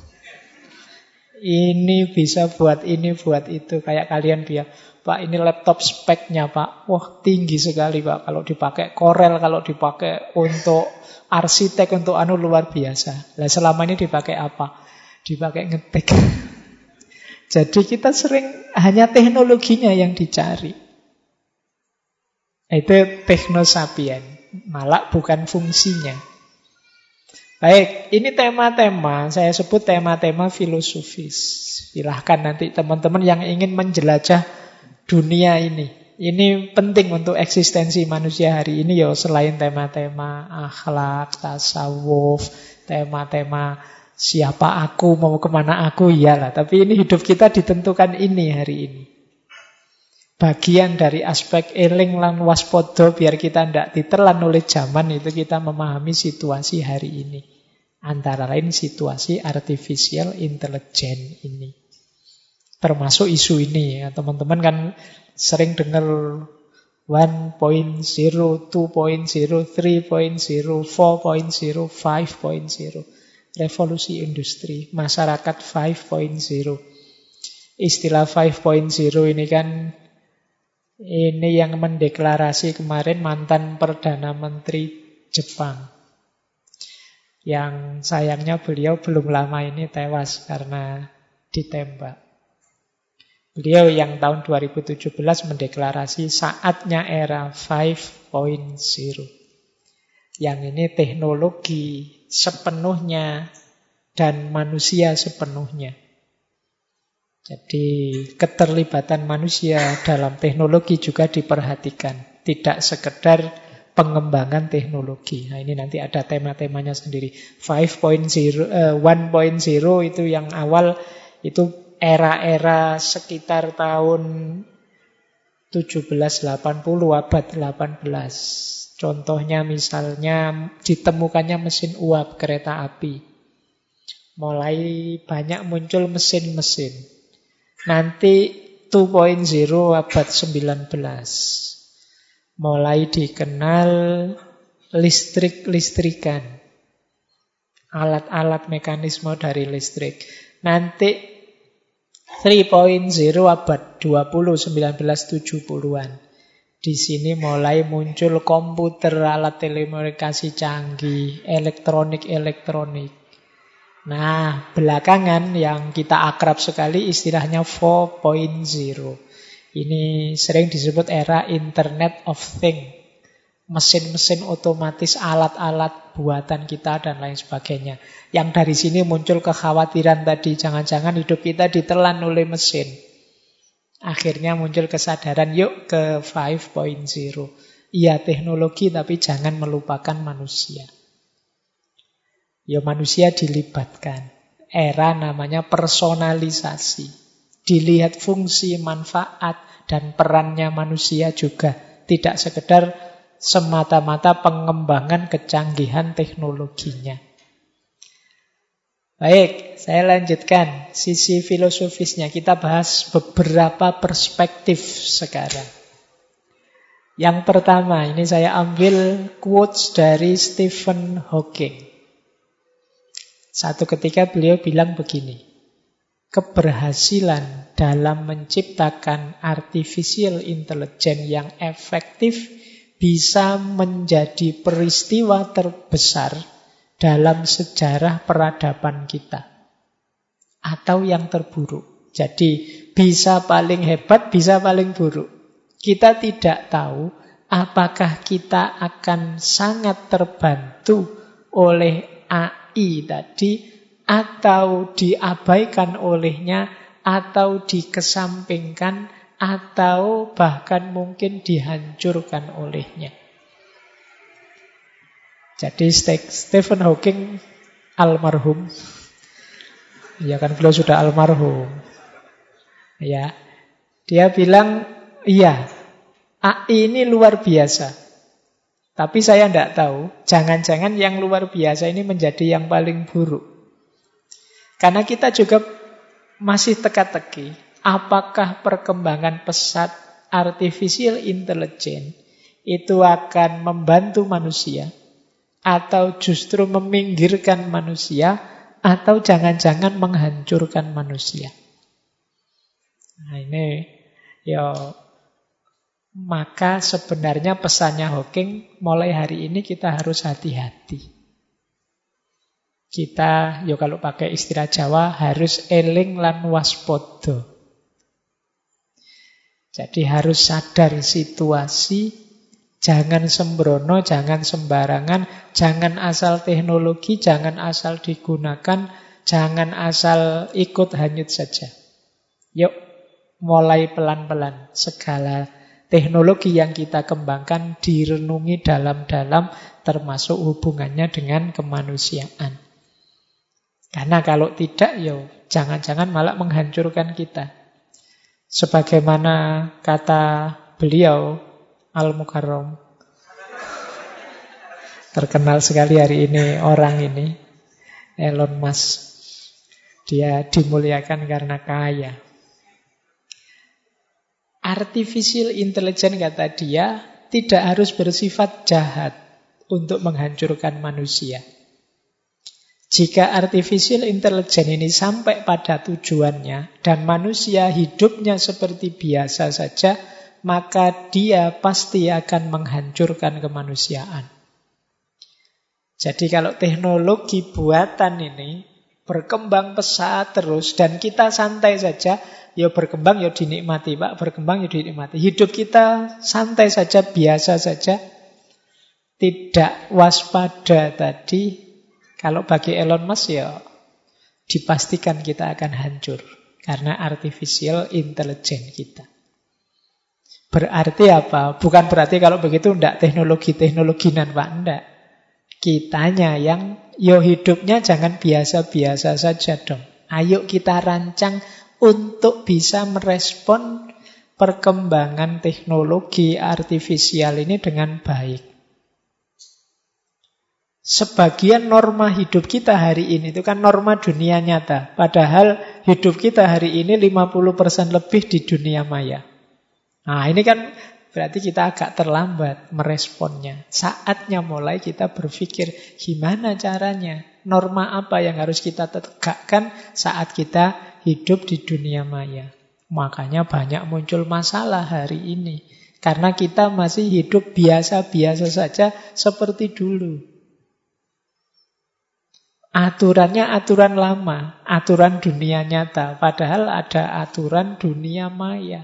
Ini bisa buat ini, buat itu. Kayak kalian biar, Pak ini laptop speknya Pak. Wah tinggi sekali Pak. Kalau dipakai Corel, kalau dipakai untuk arsitek, untuk anu luar biasa. Nah selama ini dipakai apa? Dipakai ngetik. Jadi kita sering hanya teknologinya yang dicari. Itu teknosapien. Malah bukan fungsinya. Baik, ini tema-tema, saya sebut tema-tema filosofis. Silahkan nanti teman-teman yang ingin menjelajah dunia ini. Ini penting untuk eksistensi manusia hari ini ya, selain tema-tema akhlak, tasawuf, tema-tema siapa aku, mau kemana aku, iyalah. Tapi ini hidup kita ditentukan ini hari ini. Bagian dari aspek eling lan waspodo biar kita tidak ditelan oleh zaman itu kita memahami situasi hari ini. Antara lain situasi artificial intelligence ini. Termasuk isu ini ya. Teman-teman kan sering dengar one point zero, two point zero, three point zero, four point zero, five point zero. Revolusi industri, masyarakat five point zero. Istilah five point zero ini kan ini yang mendeklarasi kemarin mantan Perdana Menteri Jepang. Yang sayangnya beliau belum lama ini tewas karena ditembak. Beliau yang tahun dua ribu tujuh belas mendeklarasi saatnya era five point zero. Yang ini teknologi sepenuhnya dan manusia sepenuhnya. Jadi keterlibatan manusia dalam teknologi juga diperhatikan. Tidak sekedar pengembangan teknologi. Nah ini nanti ada tema-temanya sendiri. five point zero, uh, one point zero itu yang awal, itu era-era sekitar tahun tujuh belas delapan puluh, abad delapan belas. Contohnya misalnya ditemukannya mesin uap kereta api. Mulai banyak muncul mesin-mesin. Nanti two point zero abad sembilan belas. Mulai dikenal listrik-listrikan. Alat-alat mekanisme dari listrik. Nanti three point zero abad dua puluh, sembilan belas tujuh puluhan. Di sini mulai muncul komputer, alat telekomunikasi canggih, elektronik-elektronik. Nah, belakangan yang kita akrab sekali istilahnya four point zero. Ini sering disebut era Internet of Things. Mesin-mesin otomatis, alat-alat buatan kita dan lain sebagainya. Yang dari sini muncul kekhawatiran tadi, jangan-jangan hidup kita ditelan oleh mesin. Akhirnya muncul kesadaran, yuk ke five point zero. Iya teknologi tapi jangan melupakan manusia. Ya manusia dilibatkan. Era namanya personalisasi. Dilihat fungsi, manfaat, dan perannya manusia juga Tidak sekedar semata-mata pengembangan kecanggihan teknologinya. Baik, saya lanjutkan sisi filosofisnya. Kita bahas beberapa perspektif sekarang. Yang pertama, ini saya ambil quotes dari Stephen Hawking. Satu ketika beliau bilang begini, keberhasilan dalam menciptakan artificial intelligence yang efektif bisa menjadi peristiwa terbesar dalam sejarah peradaban kita. Atau yang terburuk. Jadi bisa paling hebat, bisa paling buruk. Kita tidak tahu apakah kita akan sangat terbantu oleh A I tadi, atau diabaikan olehnya, atau dikesampingkan, atau bahkan mungkin dihancurkan olehnya. Jadi Stephen Hawking almarhum, ya kan beliau sudah almarhum, ya, dia bilang, iya, A I ini luar biasa, tapi saya tidak tahu, jangan-jangan yang luar biasa ini menjadi yang paling buruk. Karena kita juga masih teka-teki, apakah perkembangan pesat artificial intelligence itu akan membantu manusia, atau justru meminggirkan manusia, atau jangan-jangan menghancurkan manusia. Nah ini, ya, maka sebenarnya pesannya Hawking, mulai hari ini kita harus hati-hati. Kita, ya kalau pakai istilah Jawa, harus eling lan waspada. Jadi harus sadar situasi, jangan sembrono, jangan sembarangan, jangan asal teknologi, jangan asal digunakan, jangan asal ikut hanyut saja. Yuk, mulai pelan-pelan. Segala teknologi yang kita kembangkan direnungi dalam-dalam, termasuk hubungannya dengan kemanusiaan. Karena kalau tidak, ya jangan-jangan malah menghancurkan kita. Sebagaimana kata beliau, Al-Mukarram, terkenal sekali hari ini orang ini, Elon Musk. Dia dimuliakan karena kaya. Artificial intelligence, kata dia, tidak harus bersifat jahat untuk menghancurkan manusia. Jika artificial intelligence ini sampai pada tujuannya dan manusia hidupnya seperti biasa saja, maka dia pasti akan menghancurkan kemanusiaan. Jadi kalau teknologi buatan ini berkembang pesat terus dan kita santai saja, ya berkembang ya dinikmati, Pak, berkembang ya dinikmati. Hidup kita santai saja, biasa saja, tidak waspada tadi, kalau bagi Elon Musk ya dipastikan kita akan hancur karena artificial intelligence kita. Berarti apa? Bukan berarti kalau begitu ndak teknologi-teknologinan, Pak, ndak. Kitanya yang yo hidupnya jangan biasa-biasa saja dong. Ayo kita rancang untuk bisa merespon perkembangan teknologi artifisial ini dengan baik. Sebagian norma hidup kita hari ini itu kan norma dunia nyata. Padahal hidup kita hari ini lima puluh persen lebih di dunia maya. Nah ini kan berarti kita agak terlambat meresponnya. Saatnya mulai kita berpikir gimana caranya, norma apa yang harus kita tegakkan saat kita hidup di dunia maya. Makanya banyak muncul masalah hari ini. Karena kita masih hidup biasa-biasa saja seperti dulu. Aturannya aturan lama, aturan dunia nyata. Padahal ada aturan dunia maya.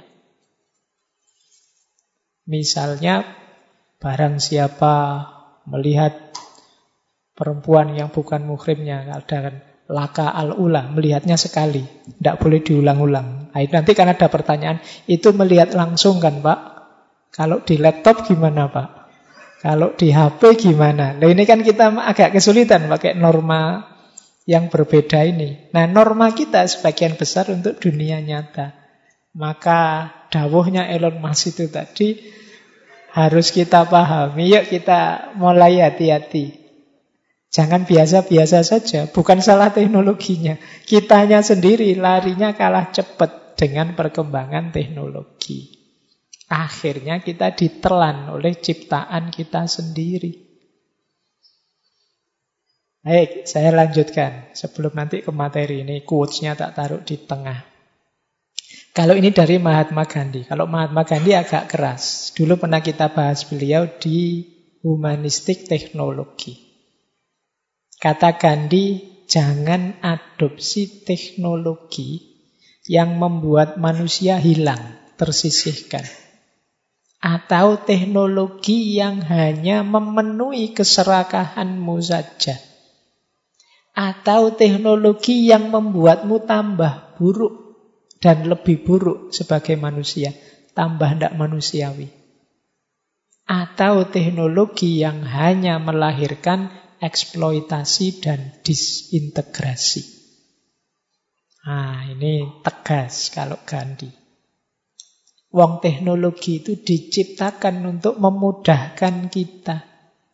Misalnya, barang siapa melihat perempuan yang bukan muhrimnya, ada kan laka al-ula, melihatnya sekali, tidak boleh diulang-ulang. Nah, nanti kan ada pertanyaan, itu melihat langsung kan, Pak? Kalau di laptop gimana, Pak? Kalau di H P gimana? Nah ini kan kita agak kesulitan pakai norma yang berbeda ini. Nah norma kita sebagian besar untuk dunia nyata. Maka dawuhnya Elon Musk itu tadi, harus kita pahami. Yuk kita mulai hati-hati. Jangan biasa-biasa saja. Bukan salah teknologinya. Kitanya sendiri larinya kalah cepat dengan perkembangan teknologi. Akhirnya kita ditelan oleh ciptaan kita sendiri. Baik, saya lanjutkan. Sebelum nanti ke materi ini, quotes-nya tak taruh di tengah. Kalau ini dari Mahatma Gandhi. Kalau Mahatma Gandhi agak keras. Dulu pernah kita bahas beliau di Humanistik Teknologi. Kata Gandhi, jangan adopsi teknologi yang membuat manusia hilang, tersisihkan. Atau teknologi yang hanya memenuhi keserakahanmu saja. Atau teknologi yang membuatmu tambah buruk dan lebih buruk sebagai manusia. Tambah tidak manusiawi. Atau teknologi yang hanya melahirkan eksploitasi dan disintegrasi. Nah, ini tegas kalau Gandhi. Wong teknologi itu diciptakan untuk memudahkan kita.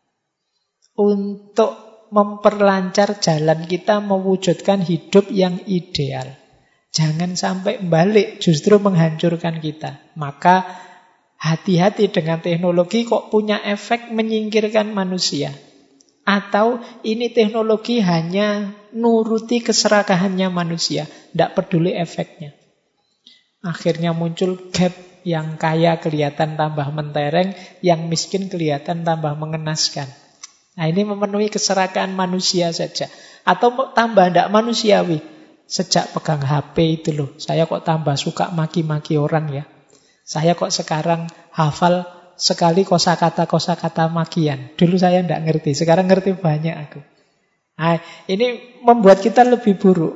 Untuk memperlancar jalan kita mewujudkan hidup yang ideal. Jangan sampai balik justru menghancurkan kita. Maka hati-hati dengan teknologi kok punya efek menyingkirkan manusia. Atau ini teknologi hanya nuruti keserakahannya manusia. Tidak peduli efeknya. Akhirnya muncul gap, yang kaya kelihatan tambah mentereng, yang miskin kelihatan tambah mengenaskan. Nah, ini memenuhi keserakahan manusia saja. Atau tambah tidak manusiawi. Sejak pegang H P itu loh, saya kok tambah suka maki-maki orang ya. Saya kok sekarang hafal sekali kosakata-kosakata makian. Dulu saya tidak ngerti, sekarang ngerti banyak aku. Nah, ini membuat kita lebih buruk.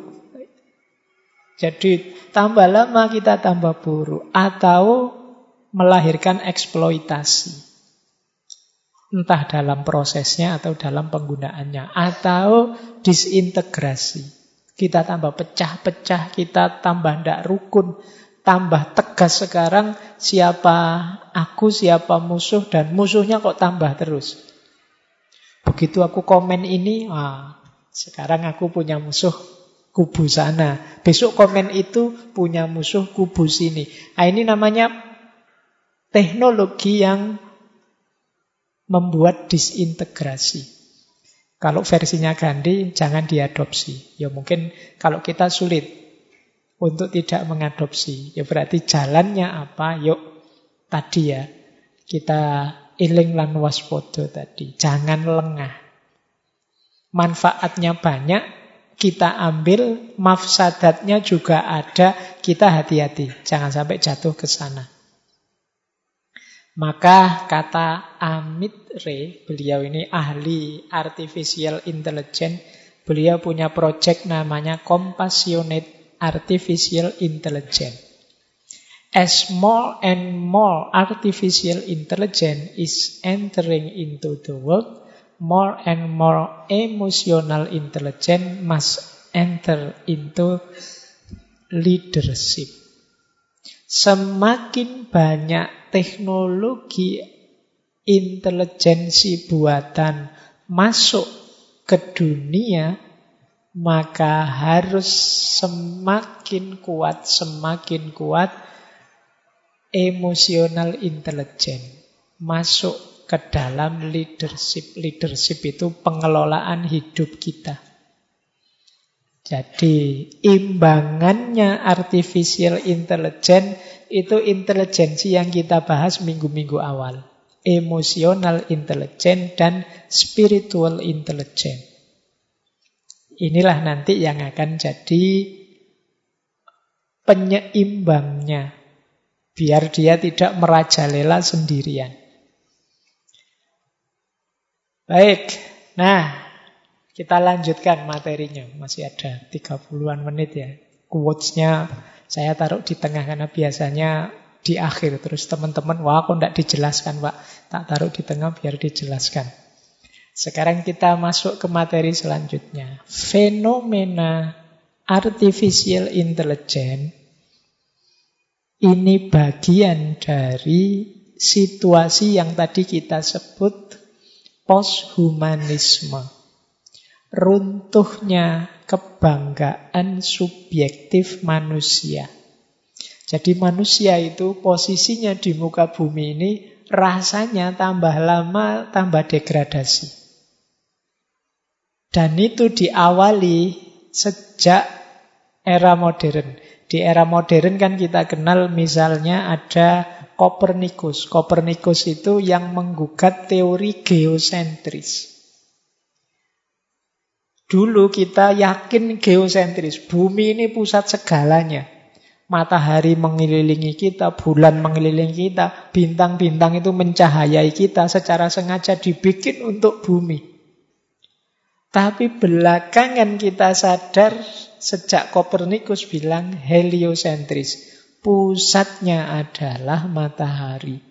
Jadi tambah lama kita tambah buruk. Atau melahirkan eksploitasi. Entah dalam prosesnya atau dalam penggunaannya. Atau disintegrasi. Kita tambah pecah-pecah, kita tambah tidak rukun. Tambah tegas sekarang siapa aku, siapa musuh. Dan musuhnya kok tambah terus. Begitu aku komen ini, ah, sekarang aku punya musuh kubu sana. Besok komen itu punya musuh kubu sini. Nah, ini namanya teknologi yang membuat disintegrasi. Kalau versinya Gandhi, jangan diadopsi. Ya mungkin kalau kita sulit untuk tidak mengadopsi, ya berarti jalannya apa? Yuk, tadi ya, kita eling lan waspada tadi. Jangan lengah. Manfaatnya banyak, kita ambil. Mafsadatnya juga ada, kita hati-hati. Jangan sampai jatuh ke sana. Maka kata Amit Ray, beliau ini ahli artificial intelligence, beliau punya project namanya Compassionate Artificial Intelligence. As more and more artificial intelligence is entering into the world, more and more emotional intelligence must enter into leadership. Semakin banyak teknologi intelijensi buatan masuk ke dunia, maka harus semakin kuat, semakin kuat emotional intelligence masuk ke dalam leadership. Leadership itu pengelolaan hidup kita. Jadi imbangannya artificial intelligence itu intelijensi yang kita bahas minggu-minggu awal. Emotional intelligence dan spiritual intelligence. Inilah nanti yang akan jadi penyeimbangnya. Biar dia tidak merajalela sendirian. Baik, nah kita lanjutkan materinya. Masih ada tiga puluhan menit ya. Quotes-nya saya taruh di tengah karena biasanya di akhir. Terus teman-teman, wah kok tidak dijelaskan Pak. Tak taruh di tengah biar dijelaskan. Sekarang kita masuk ke materi selanjutnya. Fenomena artificial intelligence ini bagian dari situasi yang tadi kita sebut posthumanisme. Runtuhnya kebanggaan subjektif manusia. Jadi manusia itu posisinya di muka bumi ini rasanya tambah lama tambah degradasi. Dan itu diawali sejak era modern. Di era modern kan kita kenal misalnya ada Kopernikus. Kopernikus itu yang menggugat teori geosentris. Dulu kita yakin geosentris. Bumi ini pusat segalanya. Matahari mengelilingi kita, bulan mengelilingi kita, bintang-bintang itu mencahayai kita secara sengaja dibikin untuk bumi. Tapi belakangan kita sadar sejak Kopernikus bilang heliosentris. Pusatnya adalah matahari.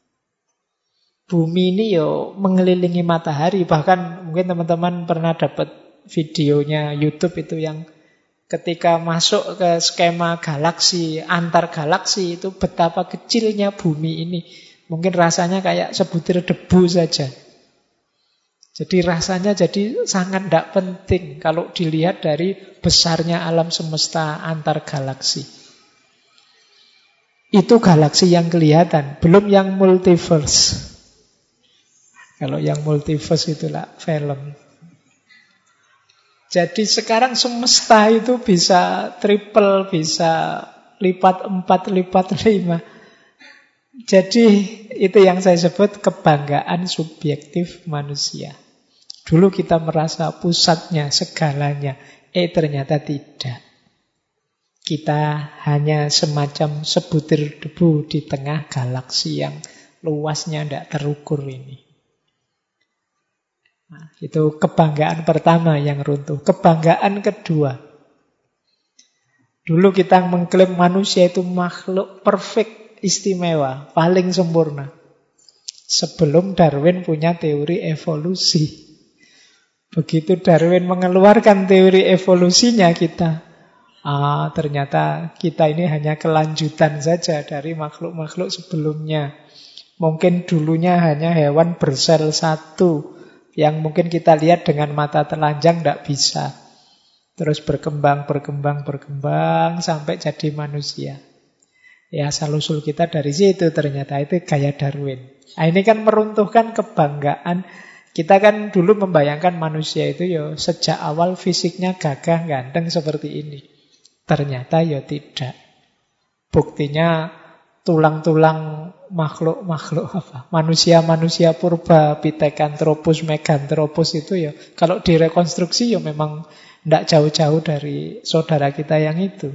Bumi ini yo mengelilingi matahari. Bahkan mungkin teman-teman pernah dapat videonya YouTube itu yang ketika masuk ke skema galaksi, antar galaksi itu betapa kecilnya bumi ini. Mungkin rasanya kayak sebutir debu saja. Jadi rasanya jadi sangat tidak penting kalau dilihat dari besarnya alam semesta antar galaksi. Itu galaksi yang kelihatan, belum yang multiverse. Kalau yang multiverse itulah film. Jadi sekarang semesta itu bisa triple, bisa lipat empat, lipat lima. Jadi itu yang saya sebut kebanggaan subjektif manusia. Dulu kita merasa pusatnya, segalanya. Eh ternyata tidak. Kita hanya semacam sebutir debu di tengah galaksi yang luasnya tidak terukur ini. Nah, itu kebanggaan pertama yang runtuh. Kebanggaan kedua. Dulu kita mengklaim manusia itu makhluk perfect, istimewa, paling sempurna. Sebelum Darwin punya teori evolusi. Begitu Darwin mengeluarkan teori evolusinya kita, ah ternyata kita ini hanya kelanjutan saja dari makhluk-makhluk sebelumnya. Mungkin dulunya hanya hewan bersel satu, yang mungkin kita lihat dengan mata telanjang tidak bisa. Terus berkembang, berkembang, berkembang, sampai jadi manusia. Ya asal-usul kita dari situ ternyata, itu gaya Darwin. Nah, ini kan meruntuhkan kebanggaan. Kita kan dulu membayangkan manusia itu ya sejak awal fisiknya gagah, ganteng seperti ini. Ternyata ya tidak. Buktinya tulang-tulang makhluk-makhluk apa? Manusia-manusia purba, Pithecanthropus, Meganthropus itu ya kalau direkonstruksi ya memang tidak jauh-jauh dari saudara kita yang itu.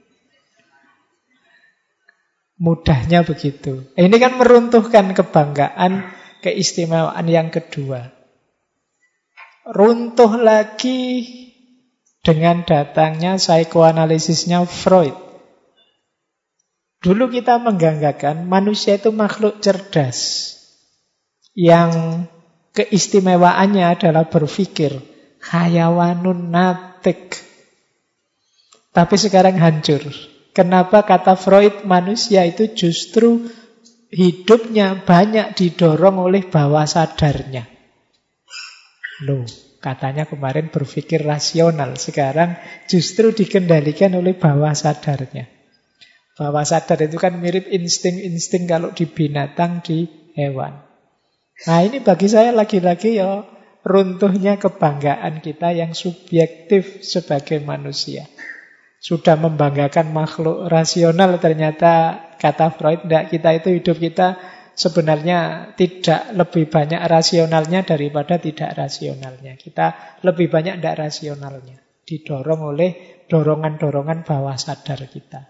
Mudahnya begitu. Ini kan meruntuhkan kebanggaan, keistimewaan yang kedua. Runtuh lagi dengan datangnya psikoanalisisnya Freud. Dulu kita mengganggakan manusia itu makhluk cerdas yang keistimewaannya adalah berpikir. Hayawanun natik. Tapi sekarang hancur. Kenapa kata Freud manusia itu justru hidupnya banyak didorong oleh bawah sadarnya. Loh, katanya kemarin berpikir rasional, sekarang justru dikendalikan oleh bawah sadarnya. Bawah sadar itu kan mirip insting-insting kalau di binatang, di hewan. Nah ini bagi saya lagi-lagi ya runtuhnya kebanggaan kita yang subjektif sebagai manusia. Sudah membanggakan makhluk rasional, ternyata kata Freud, enggak, kita itu hidup kita sebenarnya tidak lebih banyak rasionalnya daripada tidak rasionalnya. Kita lebih banyak tidak rasionalnya. Didorong oleh dorongan-dorongan bawah sadar kita.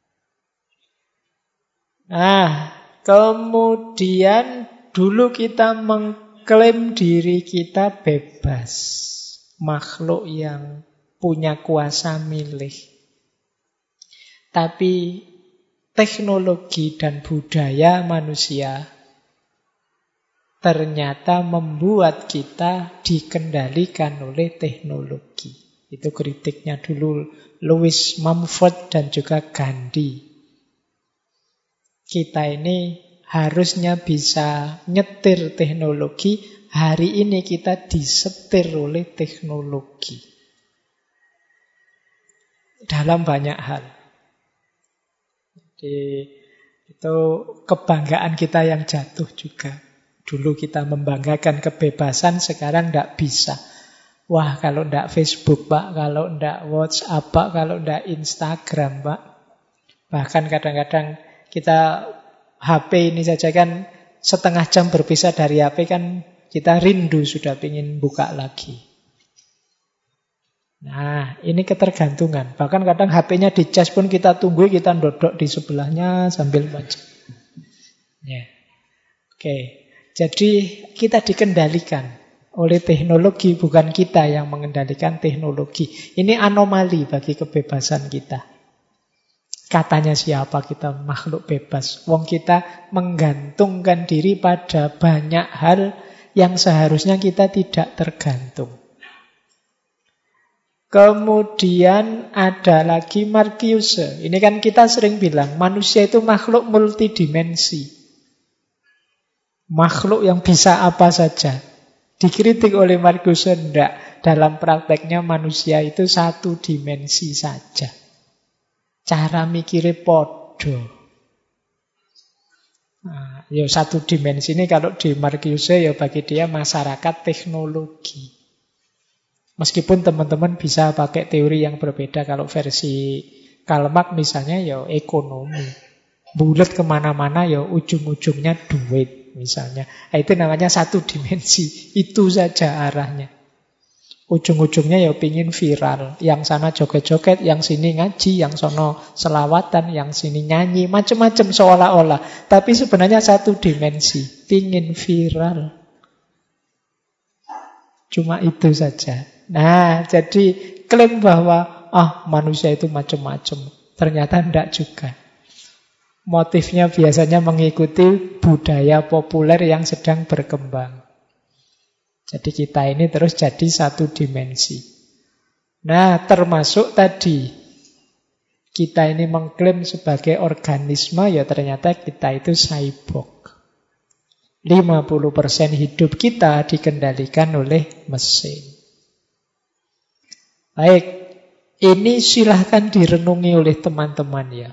Nah, kemudian dulu kita mengklaim diri kita bebas. Makhluk yang punya kuasa milih. Tapi teknologi dan budaya manusia ternyata membuat kita dikendalikan oleh teknologi. Itu kritiknya dulu Louis Mumford dan juga Gandhi. Kita ini harusnya bisa nyetir teknologi, hari ini kita disetir oleh teknologi. Dalam banyak hal. Jadi itu kebanggaan kita yang jatuh juga. Dulu kita membanggakan kebebasan, sekarang tidak bisa. Wah, kalau tidak Facebook, Pak, kalau tidak WhatsApp, Pak, kalau tidak Instagram, Pak. Bahkan kadang-kadang kita H P ini saja kan setengah jam berpisah dari H P kan kita rindu sudah ingin buka lagi. Nah, ini ketergantungan. Bahkan kadang H P-nya dicas pun kita tunggu, kita dodok di sebelahnya sambil baca. Ya. Oke. Jadi kita dikendalikan oleh teknologi, bukan kita yang mengendalikan teknologi. Ini anomali bagi kebebasan kita. Katanya siapa kita makhluk bebas? Wong kita menggantungkan diri pada banyak hal yang seharusnya kita tidak tergantung. Kemudian ada lagi Marcuse. Ini kan kita sering bilang manusia itu makhluk multidimensi. Makhluk yang bisa apa saja. Dikritik oleh Marcuse, enggak. Dalam prakteknya manusia itu satu dimensi saja. Cara mikirnya podo. Nah, ya satu dimensi ini kalau di Marcuse ya bagi dia masyarakat teknologi. Meskipun teman-teman bisa pakai teori yang berbeda. Kalau versi Karl Marx misalnya ya ekonomi. Bulat kemana-mana ya ujung-ujungnya duit. Misalnya, itu namanya satu dimensi. Itu saja arahnya. Ujung-ujungnya ya pingin viral. Yang sana joget-joget, yang sini ngaji, yang sono selawatan, yang sini nyanyi, macam-macam seolah-olah. Tapi sebenarnya satu dimensi, pingin viral. Cuma itu saja. Nah, jadi klaim bahwa ah manusia itu macam-macam, ternyata tidak juga. Motifnya biasanya mengikuti budaya populer yang sedang berkembang. Jadi kita ini terus jadi satu dimensi. Nah, termasuk tadi kita ini mengklaim sebagai organisme, ya ternyata kita itu cyborg. lima puluh persen hidup kita dikendalikan oleh mesin. Baik, ini silahkan direnungi oleh teman-teman ya.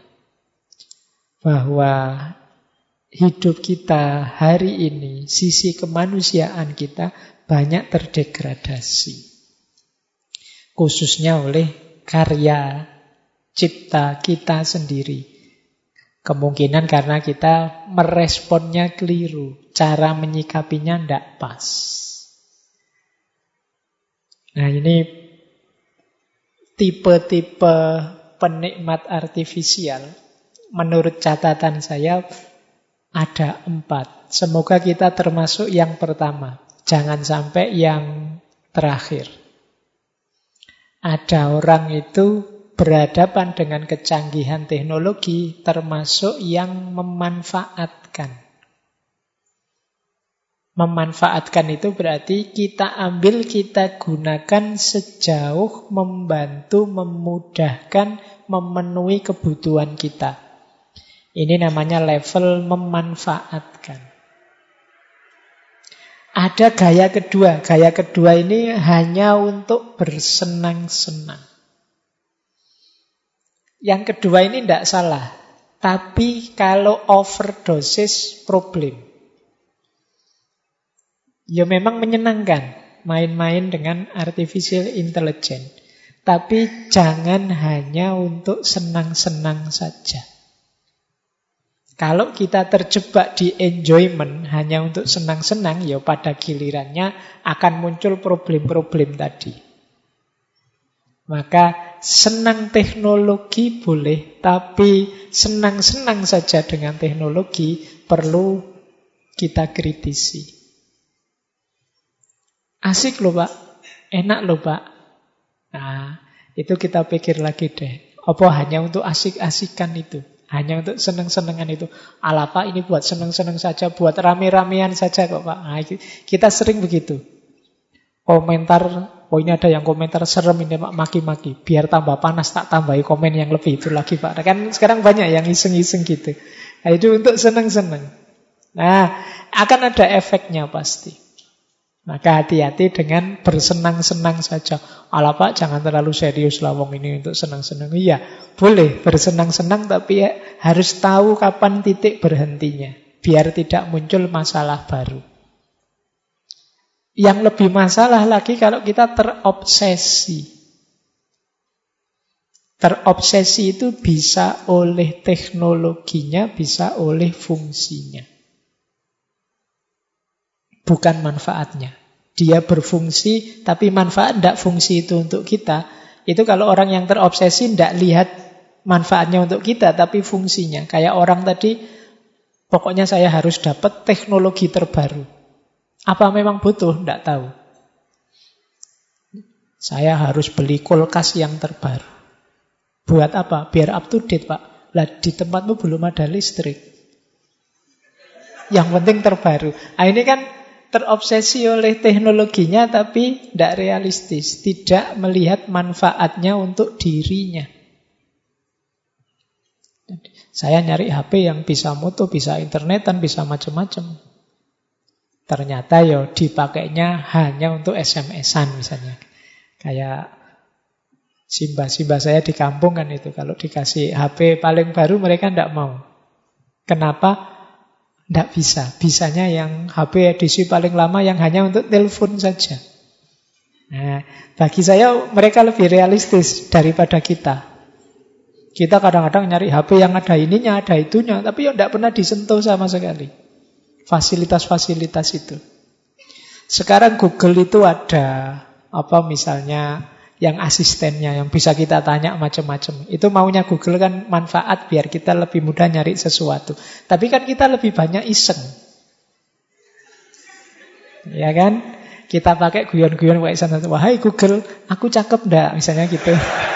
Bahwa hidup kita hari ini, sisi kemanusiaan kita banyak terdegradasi. Khususnya oleh karya cipta kita sendiri. Kemungkinan karena kita meresponnya keliru, cara menyikapinya tidak pas. Nah, ini tipe-tipe penikmat artifisial. Menurut catatan saya ada empat. Semoga kita termasuk yang pertama. Jangan sampai yang terakhir. Ada orang itu berhadapan dengan kecanggihan teknologi, termasuk yang memanfaatkan. Memanfaatkan itu berarti kita ambil, kita gunakan sejauh membantu, memudahkan, memenuhi kebutuhan kita. Ini namanya level memanfaatkan. Ada gaya kedua. Gaya kedua ini hanya untuk bersenang-senang. Yang kedua ini tidak salah. Tapi kalau overdosis problem. Ya memang menyenangkan main-main dengan artificial intelligence. Tapi jangan hanya untuk senang-senang saja. Kalau kita terjebak di enjoyment hanya untuk senang-senang, ya pada gilirannya akan muncul problem-problem tadi. Maka senang teknologi boleh, tapi senang-senang saja dengan teknologi perlu kita kritisi. Asik loh Pak, enak loh Pak. Nah, itu kita pikir lagi deh. Apa hanya untuk asik-asikan itu? Hanya untuk seneng-senengan itu. Alah Pak, ini buat seneng-seneng saja, buat rame-ramean saja kok Pak. Nah, kita sering begitu. Komentar, oh ini ada yang komentar serem ini Pak, maki-maki. Biar tambah panas tak tambahi komen yang lebih itu lagi Pak. Nah, kan sekarang banyak yang iseng-iseng gitu. Nah, itu untuk seneng-seneng. Nah, akan ada efeknya pasti. Maka hati-hati dengan bersenang-senang saja. Alah Pak, jangan terlalu serius lah wong ini untuk senang-senang. Iya, boleh bersenang-senang, tapi ya, harus tahu kapan titik berhentinya. Biar tidak muncul masalah baru. Yang lebih masalah lagi kalau kita terobsesi. Terobsesi itu bisa oleh teknologinya, bisa oleh fungsinya. Bukan manfaatnya. Dia berfungsi, tapi manfaat tidak fungsi itu untuk kita. Itu kalau orang yang terobsesi tidak lihat manfaatnya untuk kita, tapi fungsinya. Kayak orang tadi, pokoknya saya harus dapat teknologi terbaru. Apa memang butuh? Tidak tahu. Saya harus beli kulkas yang terbaru. Buat apa? Biar up to date, Pak. Lah di tempatmu belum ada listrik. Yang penting terbaru. Nah, ini kan terobsesi oleh teknologinya tapi tidak realistis. Tidak melihat manfaatnya untuk dirinya. Saya nyari H P yang bisa moto, bisa internetan, bisa macam-macam. Ternyata ya dipakainya hanya untuk S M S-an misalnya. Kayak Simba-simba saya di kampung kan itu. Kalau dikasih H P paling baru mereka tidak mau. Kenapa? Tidak bisa. Bisanya yang H P edisi paling lama yang hanya untuk telepon saja. Nah, bagi saya mereka lebih realistis daripada kita. Kita kadang-kadang nyari H P yang ada ininya, ada itunya. Tapi ya tidak pernah disentuh sama sekali. Fasilitas-fasilitas itu. Sekarang Google itu ada apa misalnya yang asistennya, yang bisa kita tanya macam-macam. Itu maunya Google kan manfaat biar kita lebih mudah nyari sesuatu. Tapi kan kita lebih banyak iseng. Ya kan? Kita pakai guyon-guyon kayak sana. Wahai Google, aku cakep ndak? Misalnya gitu.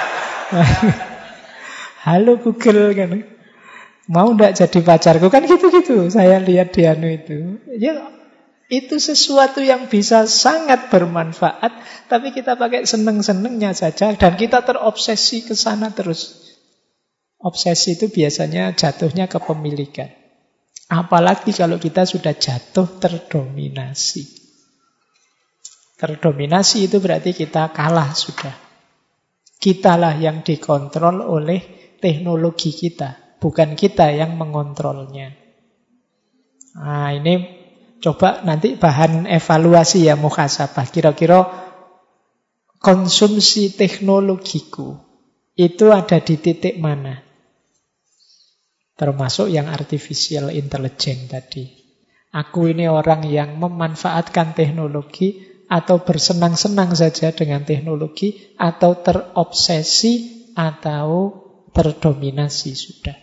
Halo Google kan. Mau ndak jadi pacarku? Kan gitu-gitu. Saya lihat di anu itu. Ya, itu sesuatu yang bisa sangat bermanfaat, tapi kita pakai seneng-senengnya saja, dan kita terobsesi ke sana terus. Obsesi itu biasanya jatuhnya ke pemilikan. Apalagi kalau kita sudah jatuh terdominasi. Terdominasi itu berarti kita kalah sudah. Kitalah yang dikontrol oleh teknologi kita, bukan kita yang mengontrolnya. Nah, ini coba nanti bahan evaluasi ya muhasabah. Kira-kira konsumsi teknologiku itu ada di titik mana? Termasuk yang artificial intelligence tadi. Aku ini orang yang memanfaatkan teknologi atau bersenang-senang saja dengan teknologi atau terobsesi atau terdominasi sudah.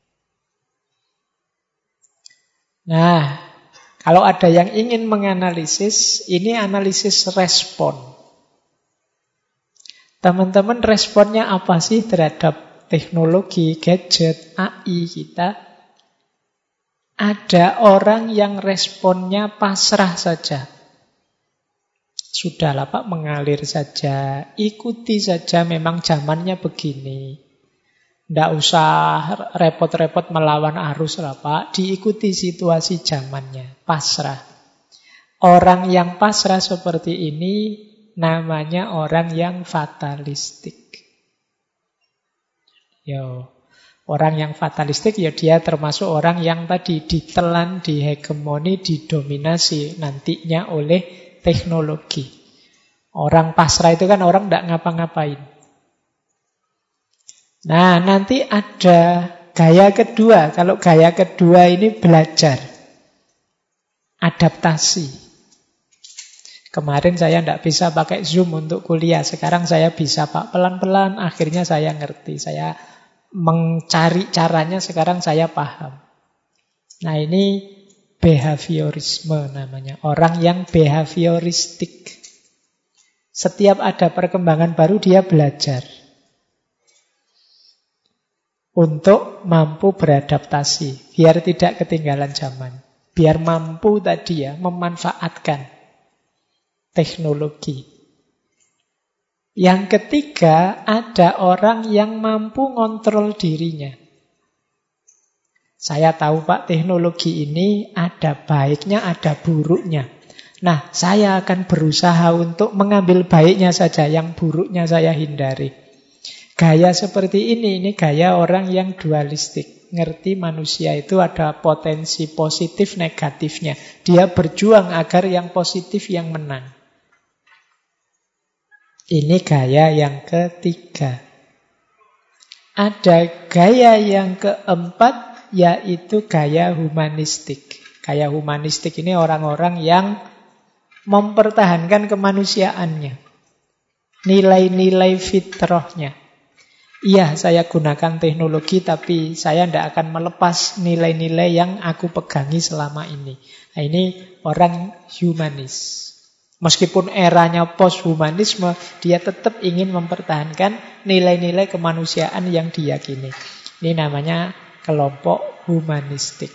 Nah, kalau ada yang ingin menganalisis, ini analisis respon. Teman-teman responnya apa sih terhadap teknologi, gadget, A I kita? Ada orang yang responnya pasrah saja. Sudahlah Pak, mengalir saja, ikuti saja, memang zamannya begini. Tidak usah repot-repot melawan arus lah Pak. Diikuti situasi zamannya. Pasrah. Orang yang pasrah seperti ini namanya orang yang fatalistik. Yo, orang yang fatalistik ya dia termasuk orang yang tadi ditelan, dihegemoni, didominasi nantinya oleh teknologi. Orang pasrah itu kan orang tidak ngapa-ngapain. Nah, nanti ada gaya kedua. Kalau gaya kedua ini belajar. Adaptasi. Kemarin saya tidak bisa pakai Zoom untuk kuliah. Sekarang saya bisa Pak. Pelan-pelan akhirnya saya ngerti. Saya mencari caranya, sekarang saya paham. Nah, ini behaviorisme namanya. Orang yang behavioristik. Setiap ada perkembangan baru dia belajar. Untuk mampu beradaptasi, biar tidak ketinggalan zaman. Biar mampu tadi ya, memanfaatkan teknologi. Yang ketiga, ada orang yang mampu ngontrol dirinya. Saya tahu Pak, teknologi ini ada ada baiknya, ada buruknya. Nah, saya akan berusaha untuk mengambil baiknya saja, yang buruknya saya hindari. Gaya seperti ini, ini gaya orang yang dualistik. Ngerti manusia itu ada potensi positif negatifnya. Dia berjuang agar yang positif yang menang. Ini gaya yang ketiga. Ada gaya yang keempat, yaitu gaya humanistik. Gaya humanistik ini orang-orang yang mempertahankan kemanusiaannya. Nilai-nilai fitrahnya. Iya, saya gunakan teknologi, tapi saya tidak akan melepas nilai-nilai yang aku pegangi selama ini. Nah, ini orang humanis. Meskipun eranya post-humanisme, dia tetap ingin mempertahankan nilai-nilai kemanusiaan yang diyakini. Ini namanya kelompok humanistik.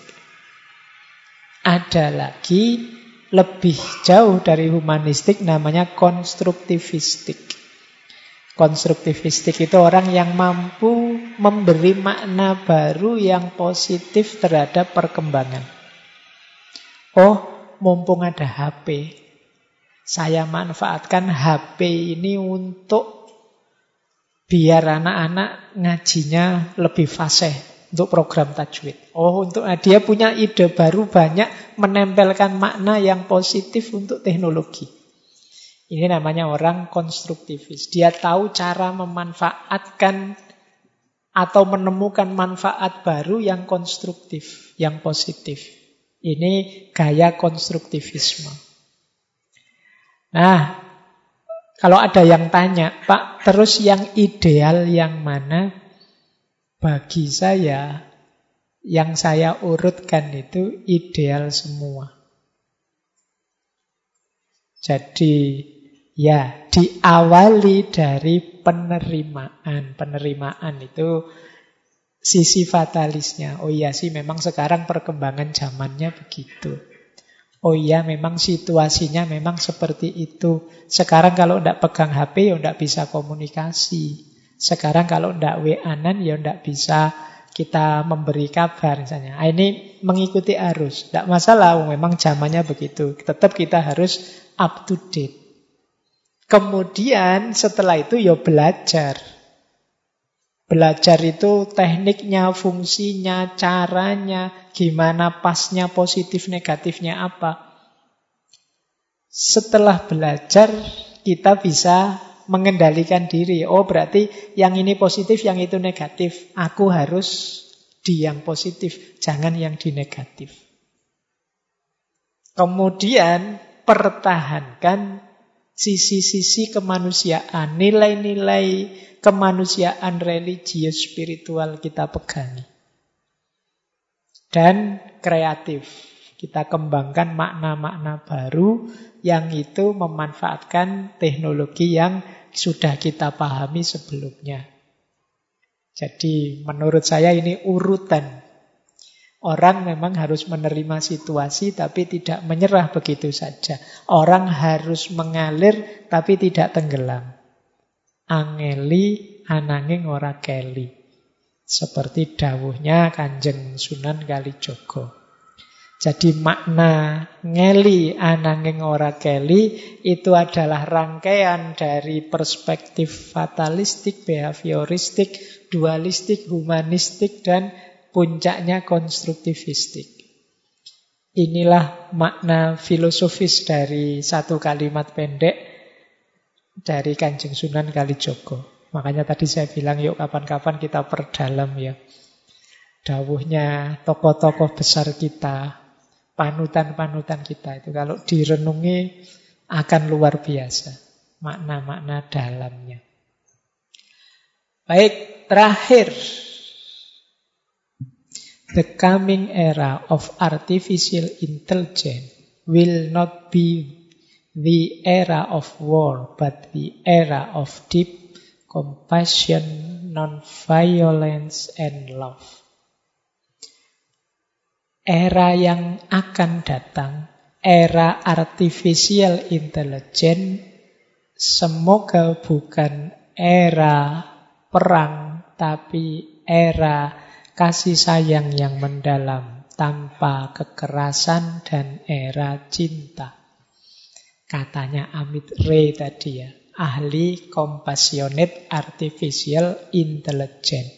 Ada lagi lebih jauh dari humanistik, namanya konstruktivistik. Konstruktivistik itu orang yang mampu memberi makna baru yang positif terhadap perkembangan. Oh, mumpung ada H P, saya manfaatkan H P ini untuk biar anak-anak ngajinya lebih fasih untuk program tajwid. Oh, untuk nah, dia punya ide baru banyak menempelkan makna yang positif untuk teknologi. Ini namanya orang konstruktivis. Dia tahu cara memanfaatkan atau menemukan manfaat baru yang konstruktif, yang positif. Ini gaya konstruktivisme. Nah, kalau ada yang tanya, Pak, terus yang ideal yang mana? Bagi saya, yang saya urutkan itu ideal semua. Jadi, ya, diawali dari penerimaan. Penerimaan itu sisi fatalisnya. Oh iya sih, memang sekarang perkembangan zamannya begitu. Oh iya, memang situasinya memang seperti itu. Sekarang kalau tidak pegang H P, ya tidak bisa komunikasi. Sekarang kalau tidak W A-an, ya tidak bisa kita memberi kabar misalnya. Nah, ini mengikuti arus. Tidak masalah, memang zamannya begitu. Tetap kita harus up to date. Kemudian setelah itu ya belajar. Belajar itu tekniknya, fungsinya, caranya, gimana pasnya, positif, negatifnya apa. Setelah belajar, kita bisa mengendalikan diri. Oh, berarti yang ini positif, yang itu negatif. Aku harus di yang positif, jangan yang di negatif. Kemudian, pertahankan sisi-sisi kemanusiaan, nilai-nilai kemanusiaan religius spiritual kita pegangi. Dan kreatif. Kita kembangkan makna-makna baru yang itu memanfaatkan teknologi yang sudah kita pahami sebelumnya. Jadi menurut saya ini urutan. Orang memang harus menerima situasi tapi tidak menyerah begitu saja. Orang harus mengalir tapi tidak tenggelam. Angeli ananging ora keli. Seperti dawuhnya Kanjeng Sunan Kalijaga. Jadi makna ngeli ananging ora keli itu adalah rangkaian dari perspektif fatalistik, behavioristik, dualistik, humanistik, dan puncaknya konstruktivistik. Inilah makna filosofis dari satu kalimat pendek dari Kanjeng Sunan Kalijaga. Makanya tadi saya bilang yuk kapan-kapan kita perdalam ya. Dawuhnya tokoh-tokoh besar kita, panutan-panutan kita itu kalau direnungi akan luar biasa makna-makna dalamnya. Baik, terakhir. The coming era of artificial intelligence will not be the era of war, but the era of deep compassion, non-violence, and love. Era yang akan datang, era artificial intelligence, semoga bukan era perang, tapi era kasih sayang yang mendalam, tanpa kekerasan dan era cinta. Katanya Amit Ray tadi ya, ahli Compassionate Artificial Intelligence.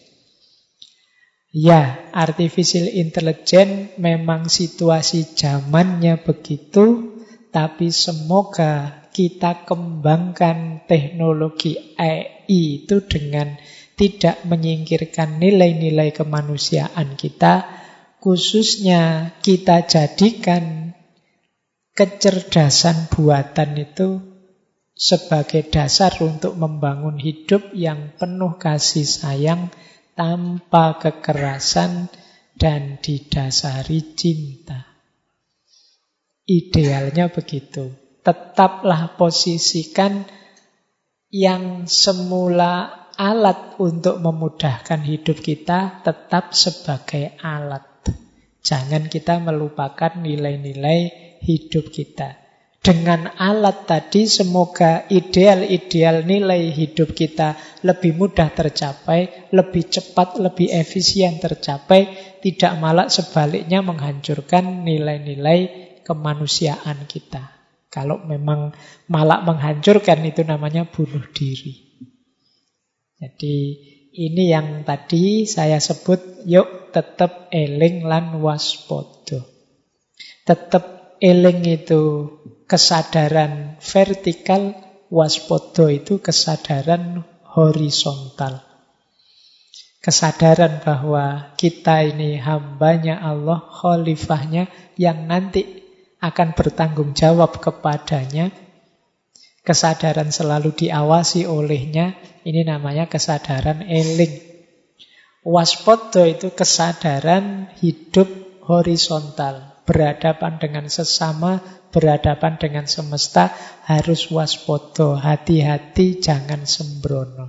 Ya, artificial intelligence memang situasi zamannya begitu, tapi semoga kita kembangkan teknologi A I itu dengan tidak menyingkirkan nilai-nilai kemanusiaan kita, khususnya kita jadikan kecerdasan buatan itu sebagai dasar untuk membangun hidup yang penuh kasih sayang, tanpa kekerasan dan didasari cinta. Idealnya begitu. Tetaplah posisikan yang semula alat untuk memudahkan hidup kita tetap sebagai alat. Jangan kita melupakan nilai-nilai hidup kita. Dengan alat tadi semoga ideal-ideal nilai hidup kita lebih mudah tercapai, lebih cepat, lebih efisien tercapai, tidak malah sebaliknya menghancurkan nilai-nilai kemanusiaan kita. Kalau memang malah menghancurkan itu namanya bunuh diri. Jadi ini yang tadi saya sebut, yuk tetap eling lan waspada. Tetap eling itu kesadaran vertikal, waspada itu kesadaran horizontal. Kesadaran bahwa kita ini hambanya Allah, khalifahnya yang nanti akan bertanggung jawab kepadanya. Kesadaran selalu diawasi olehnya, ini namanya kesadaran eling. Waspada itu kesadaran hidup horizontal, berhadapan dengan sesama, berhadapan dengan semesta, harus waspada, hati-hati, jangan sembrono.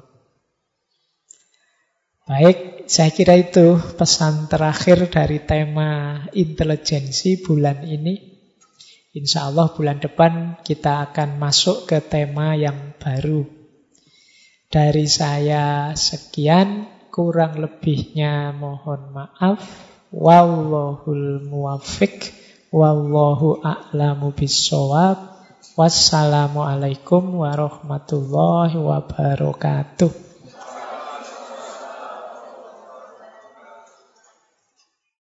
Baik, saya kira itu pesan terakhir dari tema intelijensi bulan ini. Insya Allah bulan depan kita akan masuk ke tema yang baru. Dari saya sekian, kurang lebihnya mohon maaf. Wallahul muwaffiq, wallahu a'lamu bissawab. Wassalamualaikum warahmatullahi wabarakatuh.